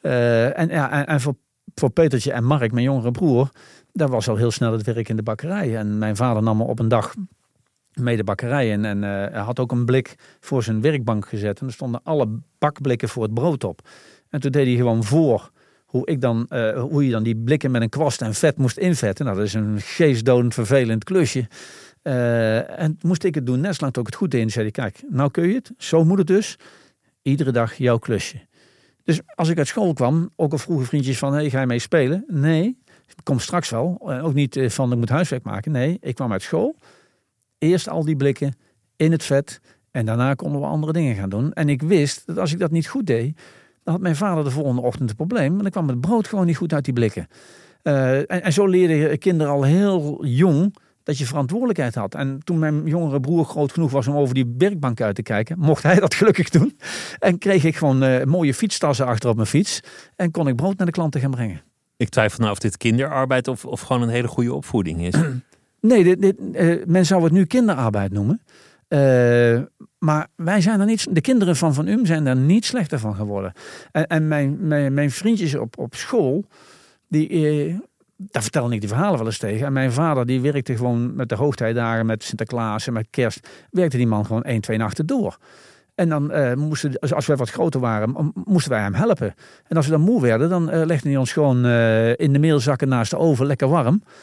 En voor Petertje en Mark, mijn jongere broer, daar was al heel snel het werk in de bakkerij. En mijn vader nam me op een dag mee de bakkerij in. En hij had ook een blik voor zijn werkbank gezet. En er stonden alle bakblikken voor het brood op. En toen deed hij gewoon voor hoe je dan die blikken met een kwast en vet moest invetten. Nou, dat is een geestdodend vervelend klusje. En moest ik het doen, net zolang ik het goed deed. En zei hij, kijk, nou kun je het. Zo moet het dus. Iedere dag jouw klusje. Dus als ik uit school kwam, ook al vroegen vriendjes van, hey, ga je mee spelen? Nee, ik kom straks wel. Ook niet van, ik moet huiswerk maken. Nee, ik kwam uit school. Eerst al die blikken in het vet. En daarna konden we andere dingen gaan doen. En ik wist dat als ik dat niet goed deed, dan had mijn vader de volgende ochtend een probleem. Want dan kwam het brood gewoon niet goed uit die blikken. En zo leerden kinderen al heel jong dat je verantwoordelijkheid had. En toen mijn jongere broer groot genoeg was om over die werkbank uit te kijken, mocht hij dat gelukkig doen. En kreeg ik gewoon mooie fietstassen achter op mijn fiets. En kon ik brood naar de klanten gaan brengen. Ik twijfel nou of dit kinderarbeid of gewoon een hele goede opvoeding is. Nee, men zou het nu kinderarbeid noemen. Maar wij zijn er niet. De kinderen van UM zijn daar niet slechter van geworden. En mijn vriendjes op school, daar vertelde ik die verhalen wel eens tegen. En mijn vader die werkte gewoon met de hoogtijdagen, met Sinterklaas en met Kerst, werkte die man gewoon 1-2 nachten door. En dan als wij wat groter waren, moesten wij hem helpen. En als we dan moe werden, dan legde hij ons gewoon in de meelzakken naast de oven, lekker warm.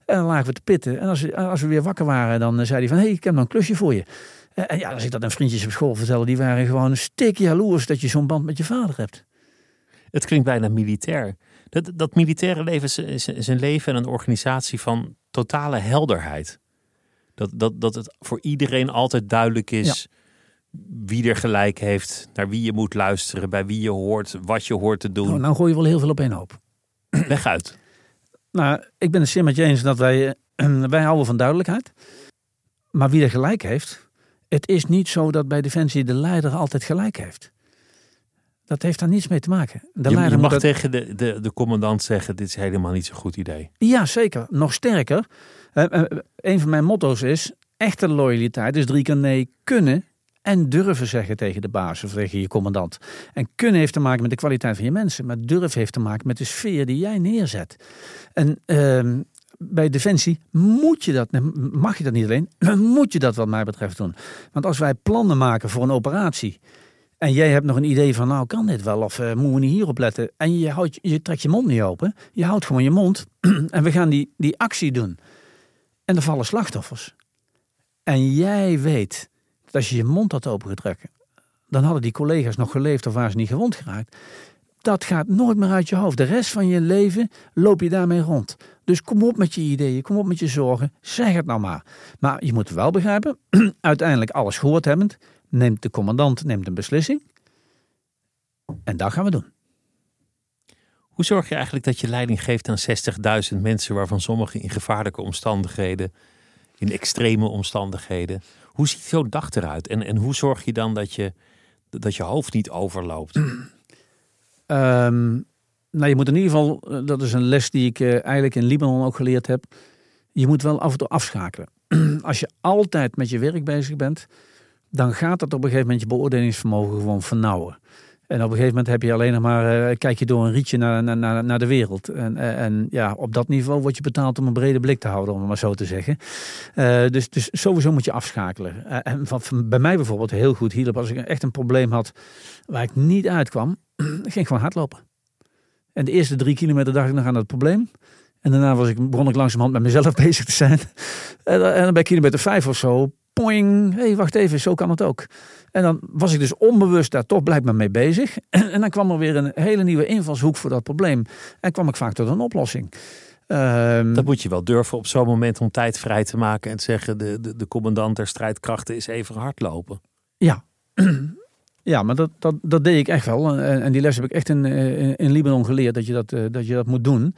En dan lagen we te pitten. En als we weer wakker waren, dan zei hij van, ik heb nog een klusje voor je. En ja, als ik dat aan vriendjes op school vertelde, die waren gewoon een stikje jaloers dat je zo'n band met je vader hebt. Het klinkt bijna militair. Dat militaire leven is een leven en een organisatie van totale helderheid. Dat het voor iedereen altijd duidelijk is wie er gelijk heeft, naar wie je moet luisteren, bij wie je hoort, wat je hoort te doen. Nou gooi je wel heel veel op één hoop. Leg uit. Nou, ik ben het zeer met je eens dat wij houden van duidelijkheid. Maar wie er gelijk heeft, het is niet zo dat bij Defensie de leider altijd gelijk heeft. Dat heeft daar niets mee te maken. Je mag tegen de commandant zeggen, dit is helemaal niet zo'n goed idee. Ja, zeker. Nog sterker. Een van mijn motto's is, echte loyaliteit is 3 keer nee kunnen en durven zeggen tegen de baas of tegen je commandant. En kunnen heeft te maken met de kwaliteit van je mensen, maar durf heeft te maken met de sfeer die jij neerzet. En bij Defensie moet je dat, mag je dat niet alleen, moet je dat wat mij betreft doen. Want als wij plannen maken voor een operatie en jij hebt nog een idee van, nou kan dit wel of moeten we niet hierop letten. En je trekt je mond niet open, je houdt gewoon je mond en we gaan die actie doen. En er vallen slachtoffers. En jij weet dat als je je mond had opengetrokken, dan hadden die collega's nog geleefd of waren ze niet gewond geraakt. Dat gaat nooit meer uit je hoofd. De rest van je leven loop je daarmee rond. Dus kom op met je ideeën, kom op met je zorgen. Zeg het nou maar. Maar je moet wel begrijpen, uiteindelijk alles gehoord hebbend, neemt de commandant een beslissing. En dat gaan we doen. Hoe zorg je eigenlijk dat je leiding geeft aan 60.000 mensen, waarvan sommigen in gevaarlijke omstandigheden, in extreme omstandigheden? Hoe ziet zo'n dag eruit? En hoe zorg je dan dat je hoofd niet overloopt? Nou, je moet in ieder geval, dat is een les die ik eigenlijk in Libanon ook geleerd heb. Je moet wel af en toe afschakelen. Als je altijd met je werk bezig bent, dan gaat dat op een gegeven moment je beoordelingsvermogen gewoon vernauwen. En op een gegeven moment heb je alleen nog maar, kijk je door een rietje naar de wereld. En ja, op dat niveau word je betaald om een brede blik te houden, om het maar zo te zeggen. Dus sowieso moet je afschakelen. En wat bij mij bijvoorbeeld heel goed hielp, als ik echt een probleem had waar ik niet uitkwam, ging ik gewoon hardlopen. En de eerste 3 kilometer dacht ik nog aan dat probleem. En daarna begon ik langzamerhand met mezelf bezig te zijn. En dan bij kilometer 5 of zo, poing, hé, wacht even, zo kan het ook. En dan was ik dus onbewust daar toch blijkbaar mee bezig. En dan kwam er weer een hele nieuwe invalshoek voor dat probleem. En kwam ik vaak tot een oplossing. Dat moet je wel durven op zo'n moment om tijd vrij te maken en te zeggen, de commandant der strijdkrachten is even hardlopen. Ja. Ja, maar dat deed ik echt wel. En die les heb ik echt in Libanon geleerd, dat je dat moet doen.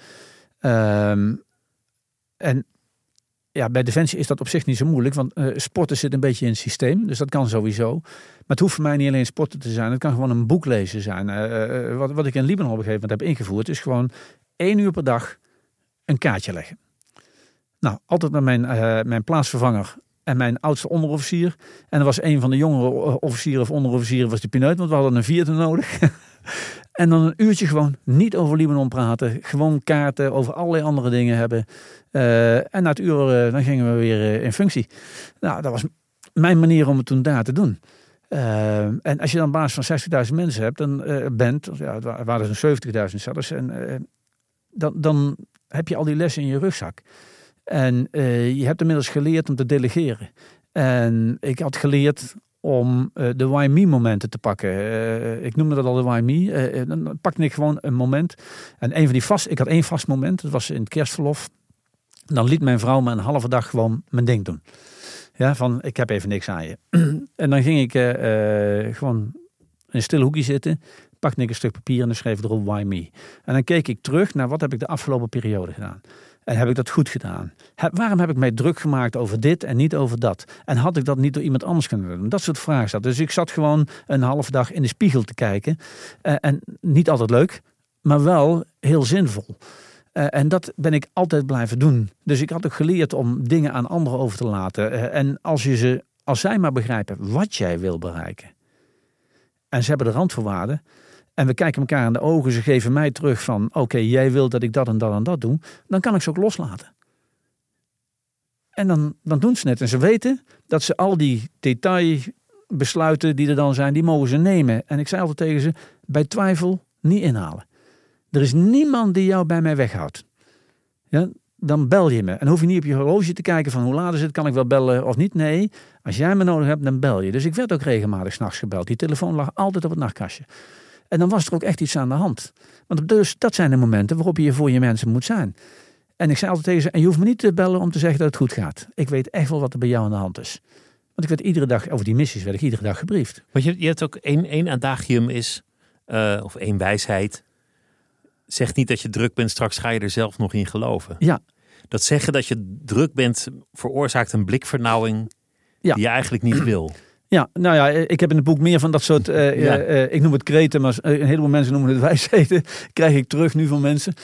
En ja, bij Defensie is dat op zich niet zo moeilijk, want sporten zit een beetje in het systeem, dus dat kan sowieso. Maar het hoeft voor mij niet alleen sporten te zijn, het kan gewoon een boek lezen zijn. Wat ik in Libanon op een gegeven moment heb ingevoerd, is gewoon 1 uur per dag een kaartje leggen. Nou, altijd met mijn plaatsvervanger en mijn oudste onderofficier. En er was een van de jongere officieren of onderofficieren was de pineut, want we hadden een 4e nodig. En dan een uurtje gewoon niet over Libanon praten. Gewoon kaarten over allerlei andere dingen hebben. En na het uur dan gingen we weer in functie. Nou, dat was mijn manier om het toen daar te doen. En als je dan baas van 60.000 mensen hebt, dan het waren er zo'n 70.000 zelfs. En dan heb je al die lessen in je rugzak. En je hebt inmiddels geleerd om te delegeren. En ik had geleerd om de why me momenten te pakken. Ik noemde dat al de why me. Dan pakte ik gewoon een moment. En ik had 1 vast moment. Dat was in het kerstverlof. Dan liet mijn vrouw me een halve dag gewoon mijn ding doen. Ja, van ik heb even niks aan je. En dan ging ik gewoon in een stil hoekje zitten. Pakte ik een stuk papier en dan schreef ik erop why me. En dan keek ik terug naar wat heb ik de afgelopen periode gedaan. En heb ik dat goed gedaan? Waarom heb ik mij druk gemaakt over dit en niet over dat? En had ik dat niet door iemand anders kunnen doen? Dat soort vragen zat. Dus ik zat gewoon een halve dag in de spiegel te kijken. En niet altijd leuk, maar wel heel zinvol. En dat ben ik altijd blijven doen. Dus ik had ook geleerd om dingen aan anderen over te laten. En als zij maar begrijpen wat jij wil bereiken. En ze hebben de randvoorwaarden. En we kijken elkaar in de ogen. Ze geven mij terug van oké, jij wilt dat ik dat en dat en dat doe. Dan kan ik ze ook loslaten. En dan doen ze het. En ze weten dat ze al die detailbesluiten die er dan zijn, die mogen ze nemen. En ik zei altijd tegen ze, bij twijfel niet inhalen. Er is niemand die jou bij mij weghoudt. Ja, dan bel je me. En hoef je niet op je horloge te kijken van hoe laat is het, kan ik wel bellen of niet. Nee, als jij me nodig hebt, dan bel je. Dus ik werd ook regelmatig 's nachts gebeld. Die telefoon lag altijd op het nachtkastje. En dan was er ook echt iets aan de hand. Want dus dat zijn de momenten waarop je voor je mensen moet zijn. En ik zei altijd tegen ze, en je hoeft me niet te bellen om te zeggen dat het goed gaat. Ik weet echt wel wat er bij jou aan de hand is. Want ik werd iedere dag, over die missies werd ik iedere dag gebriefd. Want je hebt ook één adagium is, of één wijsheid. Zeg niet dat je druk bent, straks ga je er zelf nog in geloven. Ja. Dat zeggen dat je druk bent veroorzaakt een blikvernauwing die je eigenlijk niet wil. Ja, nou ja, ik heb in het boek meer van dat soort, ik noem het kreten, maar een heleboel mensen noemen het wijsheden. Krijg ik terug nu van mensen.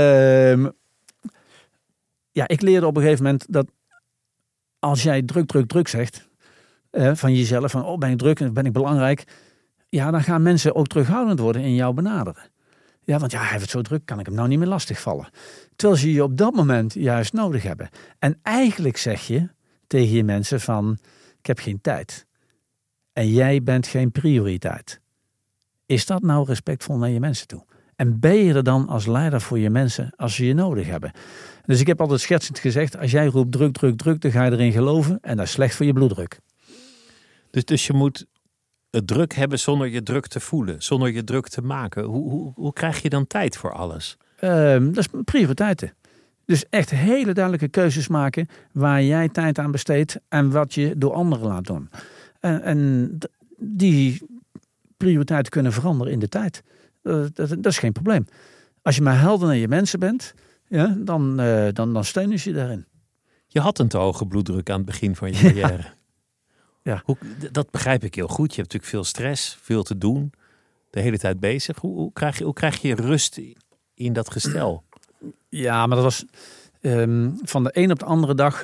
Ik leerde op een gegeven moment dat als jij druk zegt, van jezelf, van ben ik druk en ben ik belangrijk. Ja, dan gaan mensen ook terughoudend worden in jou benaderen. Ja, want hij heeft het zo druk, kan ik hem nou niet meer lastigvallen. Terwijl ze je op dat moment juist nodig hebben. En eigenlijk zeg je tegen je mensen van, ik heb geen tijd. En jij bent geen prioriteit. Is dat nou respectvol naar je mensen toe? En ben je er dan als leider voor je mensen als ze je nodig hebben? Dus ik heb altijd schertsend gezegd, als jij roept druk, dan ga je erin geloven. En dat is slecht voor je bloeddruk. Dus je moet het druk hebben zonder je druk te voelen. Zonder je druk te maken. Hoe krijg je dan tijd voor alles? Dat is prioriteiten. Dus echt hele duidelijke keuzes maken waar jij tijd aan besteedt en wat je door anderen laat doen. En die prioriteiten kunnen veranderen in de tijd. Dat is geen probleem. Als je maar helder naar je mensen bent, ja, dan steunen ze je daarin. Je had een te hoge bloeddruk aan het begin van je carrière. Ja. Dat begrijp ik heel goed. Je hebt natuurlijk veel stress, veel te doen. De hele tijd bezig. Hoe krijg je rust in dat gestel? Ja, maar dat was van de een op de andere dag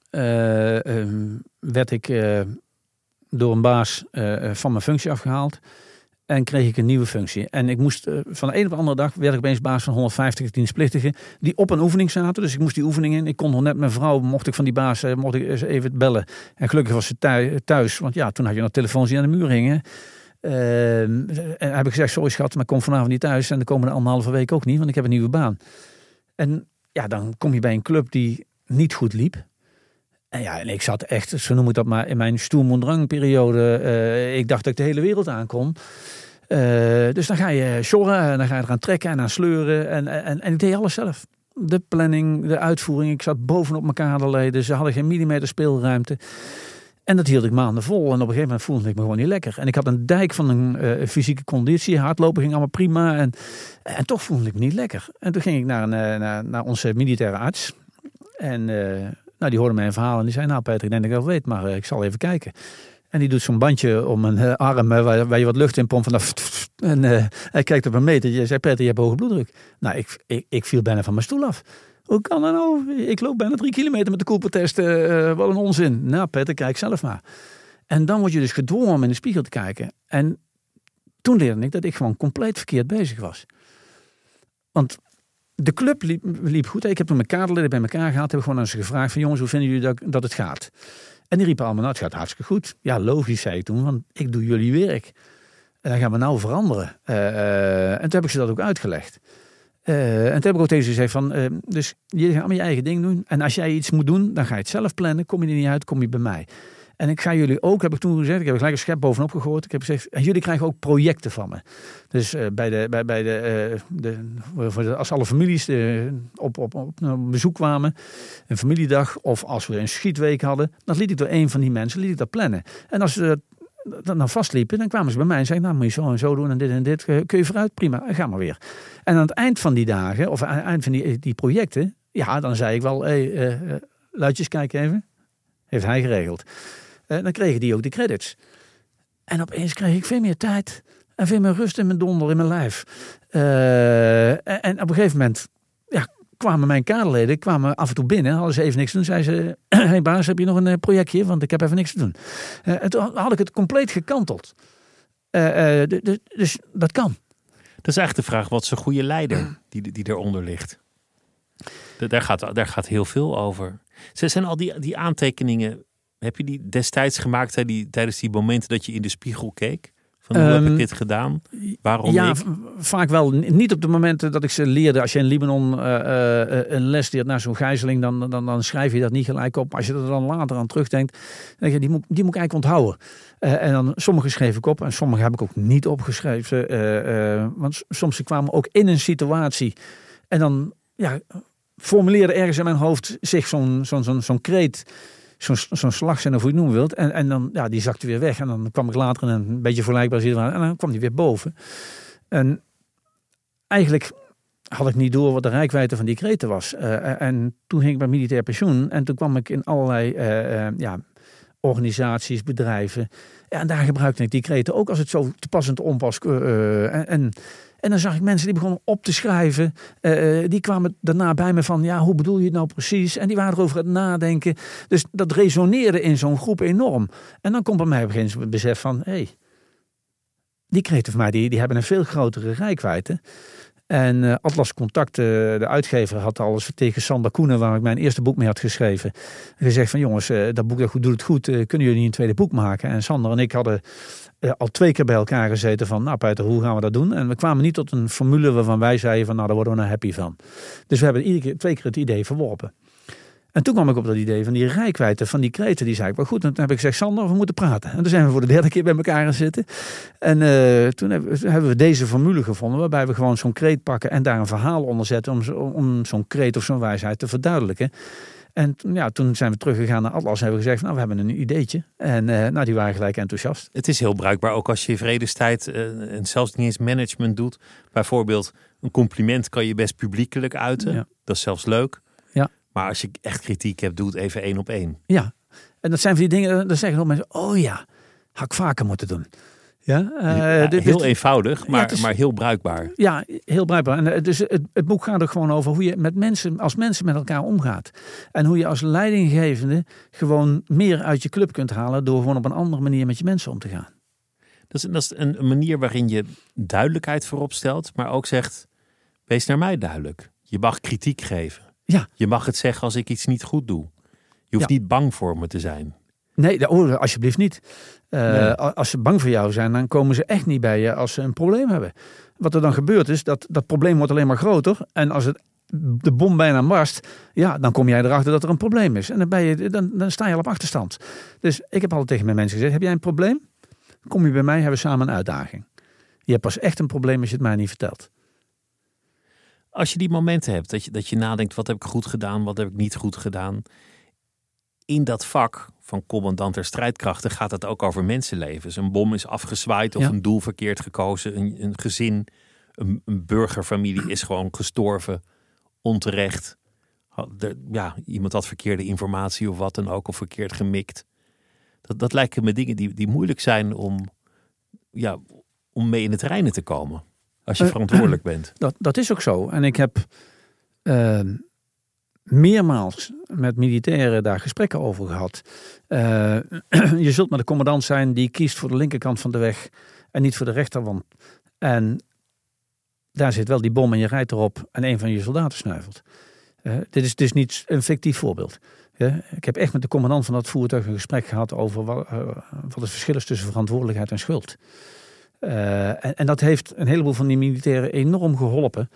werd ik door een baas van mijn functie afgehaald. En kreeg ik een nieuwe functie. En ik moest van de een op de andere dag werd ik opeens baas van 150 dienstplichtigen die op een oefening zaten. Dus ik moest die oefening in. Ik kon nog net mijn vrouw, mocht ik van die baas even bellen. En gelukkig was ze thuis. Want ja, toen had je nog telefoons die aan de muur hingen. En heb ik gezegd, sorry schat, maar ik kom vanavond niet thuis. En de komende 1,5 week ook niet, want ik heb een nieuwe baan. En ja, dan kom je bij een club die niet goed liep. En ik zat echt, zo noem ik dat maar, in mijn Sturm und Drang periode. Ik dacht dat ik de hele wereld aankom. Dus dan ga je sjorren en dan ga je eraan trekken en aan sleuren. En ik deed alles zelf. De planning, de uitvoering. Ik zat bovenop mijn kaderleden. Ze hadden geen millimeter speelruimte. En dat hield ik maanden vol. En op een gegeven moment voelde ik me gewoon niet lekker. En ik had een dijk van een fysieke conditie. Hardlopen ging allemaal prima. En toch voelde ik me niet lekker. En toen ging ik naar onze militaire arts. En die hoorde mijn verhaal. En die zei, nou Peter, ik denk dat ik dat weet. Maar ik zal even kijken. En die doet zo'n bandje om een arm waar je wat lucht in pompt. En hij kijkt op een meter. Je zei, Peter, je hebt hoge bloeddruk. Nou, ik viel bijna van mijn stoel af. Hoe kan dat nou? Ik loop bijna 3 kilometer met de Cooper-test. Wat een onzin. Nou, Peter, kijk zelf maar. En dan word je dus gedwongen om in de spiegel te kijken. En toen leerde ik dat ik gewoon compleet verkeerd bezig was. Want de club liep goed. Ik heb toen mijn kaderleden bij elkaar gehad. Heb gewoon aan ze gevraagd van jongens, hoe vinden jullie dat het gaat? En die riepen allemaal, nou, het gaat hartstikke goed. Ja, logisch, zei ik toen, want ik doe jullie werk. En dan gaan we nou veranderen. En toen heb ik ze dat ook uitgelegd. En toen heb ik ook tegen ze gezegd van, dus jullie gaan allemaal je eigen ding doen. En als jij iets moet doen, dan ga je het zelf plannen. Kom je er niet uit, kom je bij mij. En ik ga jullie ook, heb ik toen gezegd, ik heb er gelijk een schep bovenop gegooid. Ik heb gezegd, en jullie krijgen ook projecten van me. Dus als alle families op bezoek kwamen, een familiedag, of als we een schietweek hadden, dan liet ik door een van die mensen dat plannen. En als ze dan vastliepen, dan kwamen ze bij mij en zeiden, nou moet je zo en zo doen en dit. Kun je vooruit? Prima, ga maar weer. En aan het eind van die dagen, of aan het eind van die projecten, ja, dan zei ik wel, luidjes, kijk even. Heeft hij geregeld. Dan kregen die ook de credits. En opeens kreeg ik veel meer tijd. En veel meer rust in mijn donder, in mijn lijf. En op een gegeven moment kwamen mijn kaderleden af en toe binnen. Hadden ze even niks te doen. Zeiden ze, hey baas, heb je nog een projectje? Want ik heb even niks te doen. En toen had ik het compleet gekanteld. Dus dat kan. Dat is eigenlijk de vraag, wat is een goede leider die eronder ligt? Daar gaat heel veel over. Zijn al die aantekeningen, heb je die destijds gemaakt tijdens die momenten dat je in de spiegel keek? Van hoe heb ik dit gedaan? Waarom ik? Vaak wel. Niet op de momenten dat ik ze leerde. Als je in Libanon een les leert naar zo'n gijzeling, dan schrijf je dat niet gelijk op. Als je er dan later aan terugdenkt, dan denk je, die moet ik eigenlijk onthouden. En dan sommige schreef ik op en sommige heb ik ook niet opgeschreven. Want soms kwamen ook in een situatie en dan formuleerde ergens in mijn hoofd zich zo'n kreet. Zo'n slagzin of hoe je het noemen wilt. En dan, die zakte weer weg. En dan kwam ik later in een beetje vergelijkbaar situatie. En dan kwam die weer boven. En eigenlijk had ik niet door wat de reikwijdte van die kreten was. En toen ging ik bij militair pensioen. En toen kwam ik in allerlei organisaties, bedrijven. En daar gebruikte ik die kreten ook als het zo te pas en te onpas. En dan zag ik mensen die begonnen op te schrijven. Die kwamen daarna bij me van, hoe bedoel je het nou precies? En die waren erover aan het nadenken. Dus dat resoneerde in zo'n groep enorm. En dan komt bij mij op een gegeven moment het besef van, die kreten van mij, die hebben een veel grotere reikwijdte. En Atlas Contact, de uitgever, had alles tegen Sander Koenen, waar ik mijn eerste boek mee had geschreven, gezegd van jongens, dat boek doet het goed, kunnen jullie een tweede boek maken? En Sander en ik hadden al 2 keer bij elkaar gezeten van, nou Peter, hoe gaan we dat doen? En we kwamen niet tot een formule waarvan wij zeiden van, nou daar worden we nou happy van. Dus we hebben 2 keer het idee verworpen. En toen kwam ik op dat idee van die reikwijdte van die kreten. Die zei ik, maar goed, dan heb ik gezegd, Sander, we moeten praten. En toen zijn we voor de 3e keer bij elkaar gaan zitten. En toen hebben we deze formule gevonden, waarbij we gewoon zo'n kreet pakken en daar een verhaal onder zetten om zo'n kreet of zo'n wijsheid te verduidelijken. En toen zijn we teruggegaan naar Atlas en hebben we gezegd, nou, we hebben een ideetje. En die waren gelijk enthousiast. Het is heel bruikbaar, ook als je in vredestijd en zelfs niet eens management doet. Bijvoorbeeld, een compliment kan je best publiekelijk uiten. Ja. Dat is zelfs leuk. Ja. Maar als je echt kritiek hebt, doe het even 1 op 1. Ja, en dat zijn van die dingen, dan zeggen mensen, had ik vaker moeten doen. Ja, heel eenvoudig, maar heel bruikbaar. Ja, heel bruikbaar. En dus het boek gaat er gewoon over hoe je als mensen met elkaar omgaat. En hoe je als leidinggevende gewoon meer uit je club kunt halen door gewoon op een andere manier met je mensen om te gaan. Dat is een manier waarin je duidelijkheid voorop stelt, maar ook zegt, wees naar mij duidelijk. Je mag kritiek geven. Ja. Je mag het zeggen als ik iets niet goed doe. Je hoeft niet bang voor me te zijn. Nee, alsjeblieft niet. Nee. Als ze bang voor jou zijn, dan komen ze echt niet bij je als ze een probleem hebben. Wat er dan gebeurt is, dat probleem wordt alleen maar groter. En als de bom bijna barst, dan kom jij erachter dat er een probleem is. En dan sta je al op achterstand. Dus ik heb altijd tegen mijn mensen gezegd, heb jij een probleem? Kom je bij mij, hebben we samen een uitdaging. Je hebt pas echt een probleem als je het mij niet vertelt. Als je die momenten hebt, dat je nadenkt, wat heb ik goed gedaan, wat heb ik niet goed gedaan. In dat vak van commandant der strijdkrachten gaat het ook over mensenlevens. Een bom is afgezwaaid of een doel verkeerd gekozen. Een gezin, een burgerfamilie is gewoon gestorven, onterecht. Iemand had verkeerde informatie of wat dan ook, of verkeerd gemikt. Dat lijken me dingen die moeilijk zijn om mee in het reinen te komen. Als je verantwoordelijk bent. Dat is ook zo. En ik heb meermaals met militairen daar gesprekken over gehad. Je zult maar de commandant zijn die kiest voor de linkerkant van de weg en niet voor de rechterwand. En daar zit wel die bom en je rijdt erop en een van je soldaten sneuvelt. Dit is dus niet een fictief voorbeeld. Ik heb echt met de commandant van dat voertuig een gesprek gehad over wat het verschil is tussen verantwoordelijkheid en schuld. En dat heeft een heleboel van die militairen enorm geholpen.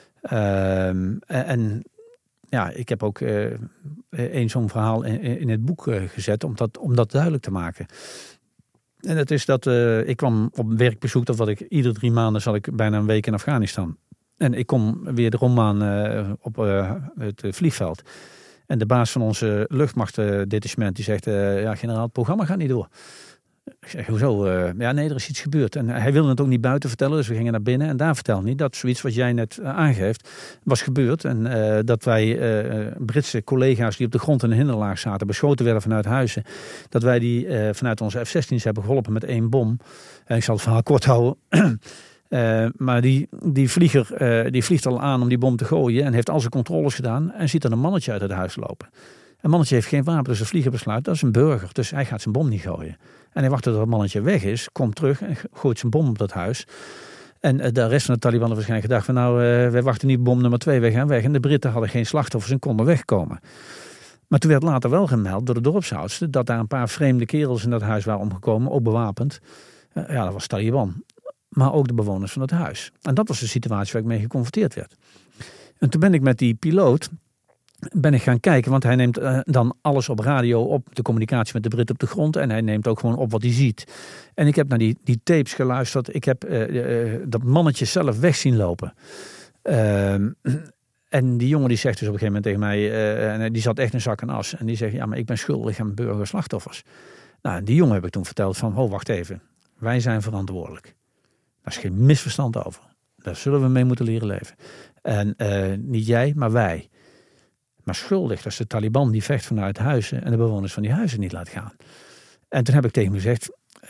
Ik heb ook zo'n verhaal in het boek gezet om dat duidelijk te maken. En dat is dat ik kwam op werkbezoek, dat wat ik iedere 3 maanden zat ik bijna een week in Afghanistan. En ik kom weer de aan op het vliegveld. En de baas van onze luchtmachtdetachement die zegt, generaal, het programma gaat niet door. Ik zeg, hoezo? Nee, er is iets gebeurd. En hij wilde het ook niet buiten vertellen, dus we gingen naar binnen. En daar vertelde hij dat zoiets wat jij net aangeeft was gebeurd. En dat wij Britse collega's die op de grond in een hinderlaag zaten, beschoten werden vanuit huizen. Dat wij die vanuit onze F-16's hebben geholpen met 1 bom. En ik zal het verhaal kort houden. Maar die vlieger die vliegt al aan om die bom te gooien en heeft al zijn controles gedaan en ziet dan een mannetje uit het huis lopen. Een mannetje heeft geen wapen, dus de vlieger besluit, dat is een burger, dus hij gaat zijn bom niet gooien. En hij wacht tot het mannetje weg is, komt terug en gooit zijn bom op dat huis. En de rest van de Taliban had waarschijnlijk gedacht van wij wachten niet bom nummer 2, wij gaan weg. En de Britten hadden geen slachtoffers en konden wegkomen. Maar toen werd later wel gemeld door de dorpsoudsten dat daar een paar vreemde kerels in dat huis waren omgekomen, ook bewapend. Dat was Taliban. Maar ook de bewoners van het huis. En dat was de situatie waar ik mee geconfronteerd werd. En toen ben ik met die piloot gaan kijken. Want hij neemt dan alles op radio op. De communicatie met de Britten op de grond. En hij neemt ook gewoon op wat hij ziet. En ik heb naar die tapes geluisterd. Ik heb dat mannetje zelf weg zien lopen. En die jongen die zegt dus op een gegeven moment tegen mij. En die zat echt in zak en as. En die zegt, ja, maar ik ben schuldig aan burgerslachtoffers. Nou, die jongen heb ik toen verteld van, wacht even. Wij zijn verantwoordelijk. Daar is geen misverstand over. Daar zullen we mee moeten leren leven. En niet jij, maar wij. Maar schuldig, dat is de Taliban die vecht vanuit huizen en de bewoners van die huizen niet laat gaan. En toen heb ik tegen hem gezegd,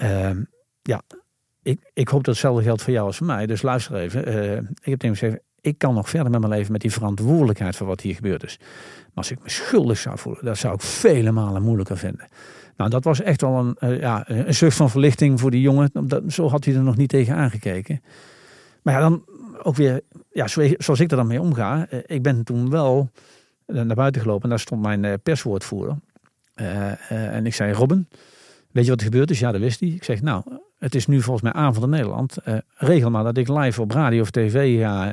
ik hoop dat hetzelfde geldt voor jou als voor mij. Dus luister even. Ik heb tegen hem gezegd, ik kan nog verder met mijn leven met die verantwoordelijkheid voor wat hier gebeurd is. Maar als ik me schuldig zou voelen, dat zou ik vele malen moeilijker vinden. Nou, dat was echt wel een zucht van verlichting voor die jongen. Zo had hij er nog niet tegen aangekeken. Maar ja, dan ook weer, zoals ik er dan mee omga. Ik ben toen wel naar buiten gelopen en daar stond mijn perswoordvoerder. En ik zei, Robin, weet je wat er gebeurd is? Ja, dat wist hij. Ik zeg, nou, het is nu volgens mij avond in Nederland. Regel maar dat ik live op radio of tv ga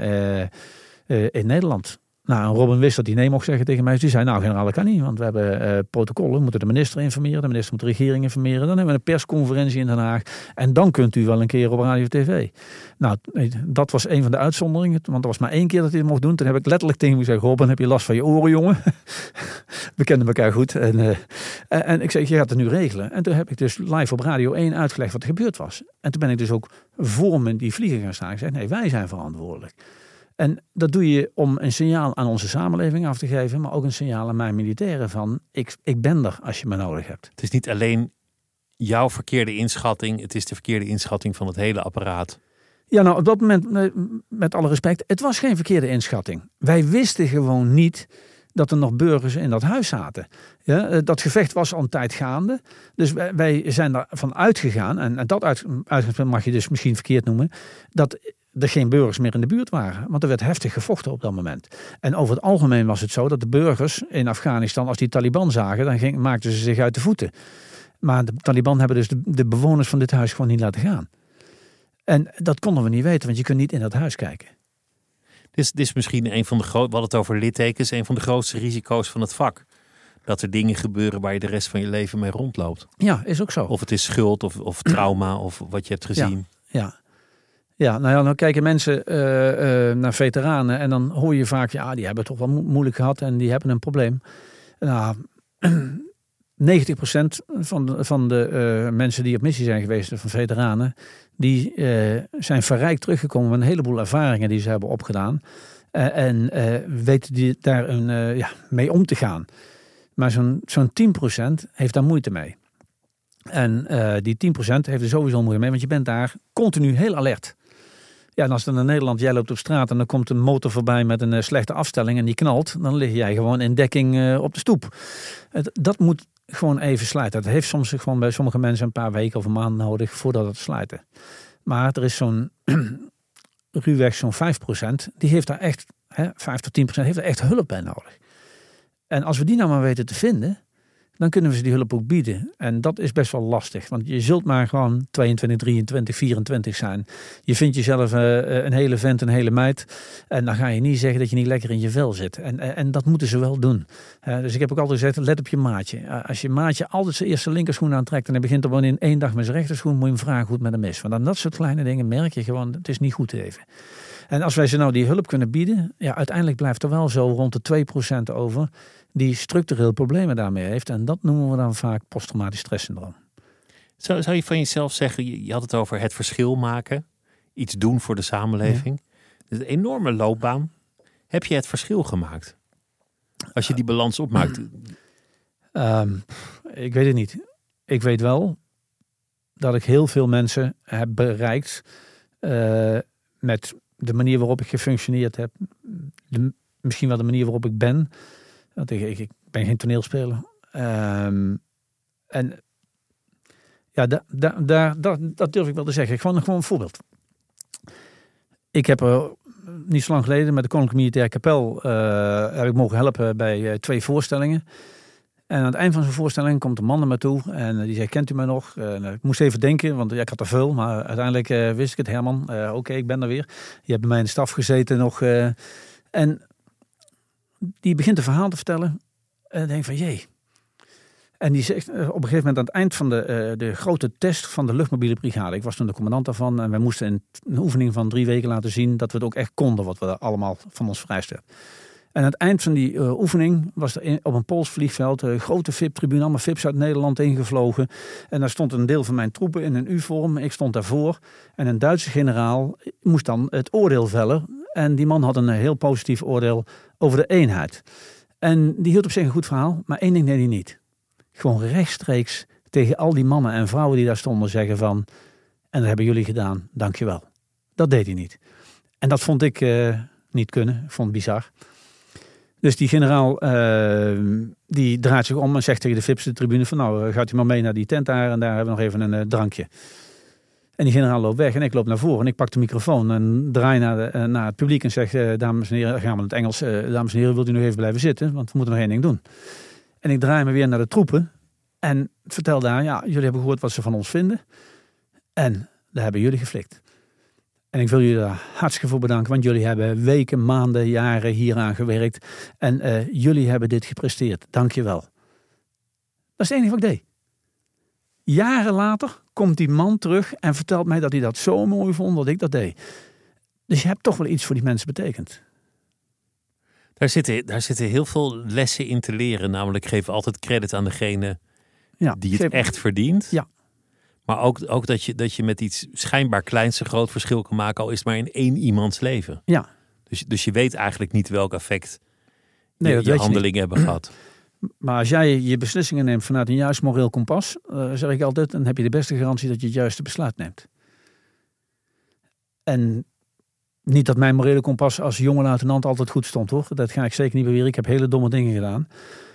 in Nederland. Nou, en Robin wist dat hij nee mocht zeggen tegen mij. Dus die zei, nou generaal, dat kan niet. Want we hebben protocollen. We moeten de minister informeren. De minister moet de regering informeren. Dan hebben we een persconferentie in Den Haag. En dan kunt u wel een keer op radio of tv. Nou, dat was een van de uitzonderingen. Want er was maar 1 keer dat hij het mocht doen. Toen heb ik letterlijk tegen hem gezegd, Robin, heb je last van je oren, jongen? We kenden elkaar goed. En ik zeg, je gaat het nu regelen. En toen heb ik dus live op Radio 1 uitgelegd wat er gebeurd was. En toen ben ik dus ook voor me die vliegen gaan staan. Ik zeg, nee, wij zijn verantwoordelijk. En dat doe je om een signaal aan onze samenleving af te geven, maar ook een signaal aan mijn militairen van ik ben er als je me nodig hebt. Het is niet alleen jouw verkeerde inschatting, het is de verkeerde inschatting van het hele apparaat. Ja, nou op dat moment, met alle respect, het was geen verkeerde inschatting. Wij wisten gewoon niet dat er nog burgers in dat huis zaten. Ja, dat gevecht was al een tijd gaande. Dus wij zijn daarvan uitgegaan, en dat uitgangspunt mag je dus misschien verkeerd noemen, dat er geen burgers meer in de buurt waren. Want er werd heftig gevochten op dat moment. En over het algemeen was het zo dat de burgers in Afghanistan, als die Taliban zagen, dan maakten ze zich uit de voeten. Maar de Taliban hebben dus de bewoners van dit huis gewoon niet laten gaan. En dat konden we niet weten, want je kunt niet in dat huis kijken. Dit is misschien een van de we hadden het over littekens, een van de grootste risico's van het vak. Dat er dingen gebeuren waar je de rest van je leven mee rondloopt. Ja, is ook zo. Of het is schuld of trauma of wat je hebt gezien. Ja, nou ja, dan kijken mensen naar veteranen en dan hoor je vaak, ja, die hebben het toch wel moeilijk gehad en die hebben een probleem. Nou, 90% van de mensen die op missie zijn geweest, van veteranen, die zijn verrijkt teruggekomen met een heleboel ervaringen die ze hebben opgedaan. En weten die daar mee om te gaan. Maar zo'n 10% heeft daar moeite mee. En die 10% heeft er sowieso moeite mee, want je bent daar continu heel alert. Ja, en als dan in Nederland, jij loopt op straat en dan komt een motor voorbij met een slechte afstelling en die knalt, dan lig jij gewoon in dekking op de stoep. Dat moet gewoon even slijten. Dat heeft soms gewoon bij sommige mensen een paar weken of een maand nodig voordat het slijten. Maar er is ruwweg zo'n 5%, die heeft daar echt, 5 tot 10% heeft er echt hulp bij nodig. En als we die nou maar weten te vinden, dan kunnen we ze die hulp ook bieden. En dat is best wel lastig. Want je zult maar gewoon 22, 23, 24 zijn. Je vindt jezelf een hele vent, een hele meid. En dan ga je niet zeggen dat je niet lekker in je vel zit. En dat moeten ze wel doen. Dus ik heb ook altijd gezegd, let op je maatje. Als je maatje altijd zijn eerste linkerschoen aantrekt en hij begint gewoon in 1 dag met zijn rechterschoen, moet je hem vragen hoe het met hem is. Want aan dat soort kleine dingen merk je gewoon, het is niet goed even. En als wij ze nou die hulp kunnen bieden, ja, uiteindelijk blijft er wel zo rond de 2% over die structureel problemen daarmee heeft. En dat noemen we dan vaak posttraumatisch stresssyndroom. Zou je van jezelf zeggen, je had het over het verschil maken, iets doen voor de samenleving. Ja. Dat is een enorme loopbaan. Heb je het verschil gemaakt? Als je die balans opmaakt. Ik weet het niet. Ik weet wel dat ik heel veel mensen heb bereikt met de manier waarop ik gefunctioneerd heb. Misschien wel de manier waarop ik ben. Want ik ben geen toneelspeler. En ja, dat durf ik wel te zeggen. Gewoon een voorbeeld. Ik heb niet zo lang geleden met de Koninklijke Militaire Kapel heb ik mogen helpen bij 2 voorstellingen. En aan het eind van zijn voorstelling komt een man naar me toe. En die zei, kent u mij nog? Ik moest even denken, want ik had er veel. Maar uiteindelijk wist ik het, Herman. Oké, ik ben er weer. Je hebt bij mij in de staf gezeten nog. En die begint een verhaal te vertellen. En ik denk van, jee. En die zegt op een gegeven moment aan het eind van de grote test van de luchtmobiele brigade. Ik was toen de commandant daarvan. En wij moesten in een oefening van 3 weken laten zien dat we het ook echt konden. Wat we allemaal van ons vereist hebben. En aan het eind van die oefening was er op een Pools vliegveld een grote VIP-tribune, allemaal VIP's uit Nederland ingevlogen. En daar stond een deel van mijn troepen in een U-vorm. Ik stond daarvoor. En een Duitse generaal moest dan het oordeel vellen. En die man had een heel positief oordeel over de eenheid. En die hield op zich een goed verhaal, maar 1 ding deed hij niet. Gewoon rechtstreeks tegen al die mannen en vrouwen die daar stonden zeggen van, en dat hebben jullie gedaan, dankjewel. Dat deed hij niet. En dat vond ik niet kunnen. Ik vond het bizar. Dus die generaal die draait zich om en zegt tegen de VIP's de tribune van, nou gaat u maar mee naar die tent daar en daar hebben we nog even een drankje. En die generaal loopt weg en ik loop naar voren en ik pak de microfoon en draai naar het publiek en zeg, dames en heren, gaan we in het Engels, dames en heren, wilt u nog even blijven zitten, want we moeten nog 1 ding doen. En ik draai me weer naar de troepen en vertel daar, ja, jullie hebben gehoord wat ze van ons vinden en daar hebben jullie geflikt. En ik wil jullie daar hartstikke voor bedanken, want jullie hebben weken, maanden, jaren hieraan gewerkt. En jullie hebben dit gepresteerd. Dank je wel. Dat is het enige wat ik deed. Jaren later komt die man terug en vertelt mij dat hij dat zo mooi vond dat ik dat deed. Dus je hebt toch wel iets voor die mensen betekend. Daar zitten heel veel lessen in te leren. Namelijk geef altijd credit aan degene die het echt verdient. Ja. Maar ook dat je met iets schijnbaar kleins een groot verschil kan maken, al is het maar in 1 iemands leven. Ja. Dus je weet eigenlijk niet welk effect je handelingen hebben gehad. Maar als jij je beslissingen neemt vanuit een juist moreel kompas, zeg ik altijd, dan heb je de beste garantie dat je het juiste besluit neemt. En niet dat mijn morele kompas als jonge luitenant altijd goed stond, hoor. Dat ga ik zeker niet beweren. Ik heb hele domme dingen gedaan.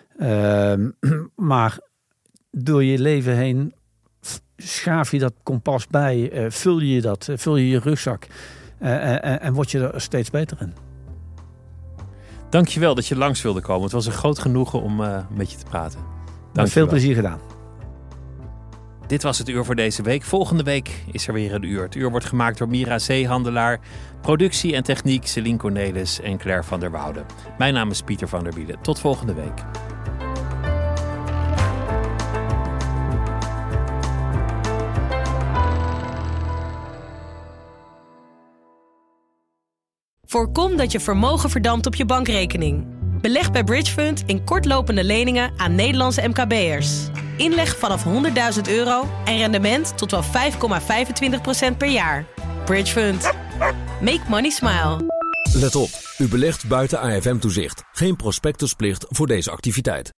Maar door je leven heen schaaf je dat kompas bij, vul je je rugzak en word je er steeds beter in. Dankjewel dat je langs wilde komen. Het was een groot genoegen om met je te praten. Met veel plezier gedaan. Dit was het uur voor deze week. Volgende week is er weer een uur. Het uur wordt gemaakt door Mira Zeehandelaar. Productie en techniek Celine Cornelis en Claire van der Woude. Mijn naam is Pieter van der Wielen. Tot volgende week. Voorkom dat je vermogen verdampt op je bankrekening. Beleg bij Bridgefund in kortlopende leningen aan Nederlandse MKB'ers. Inleg vanaf €100.000 en rendement tot wel 5,25% per jaar. Bridgefund. Make money smile. Let op, u belegt buiten AFM-toezicht. Geen prospectusplicht voor deze activiteit.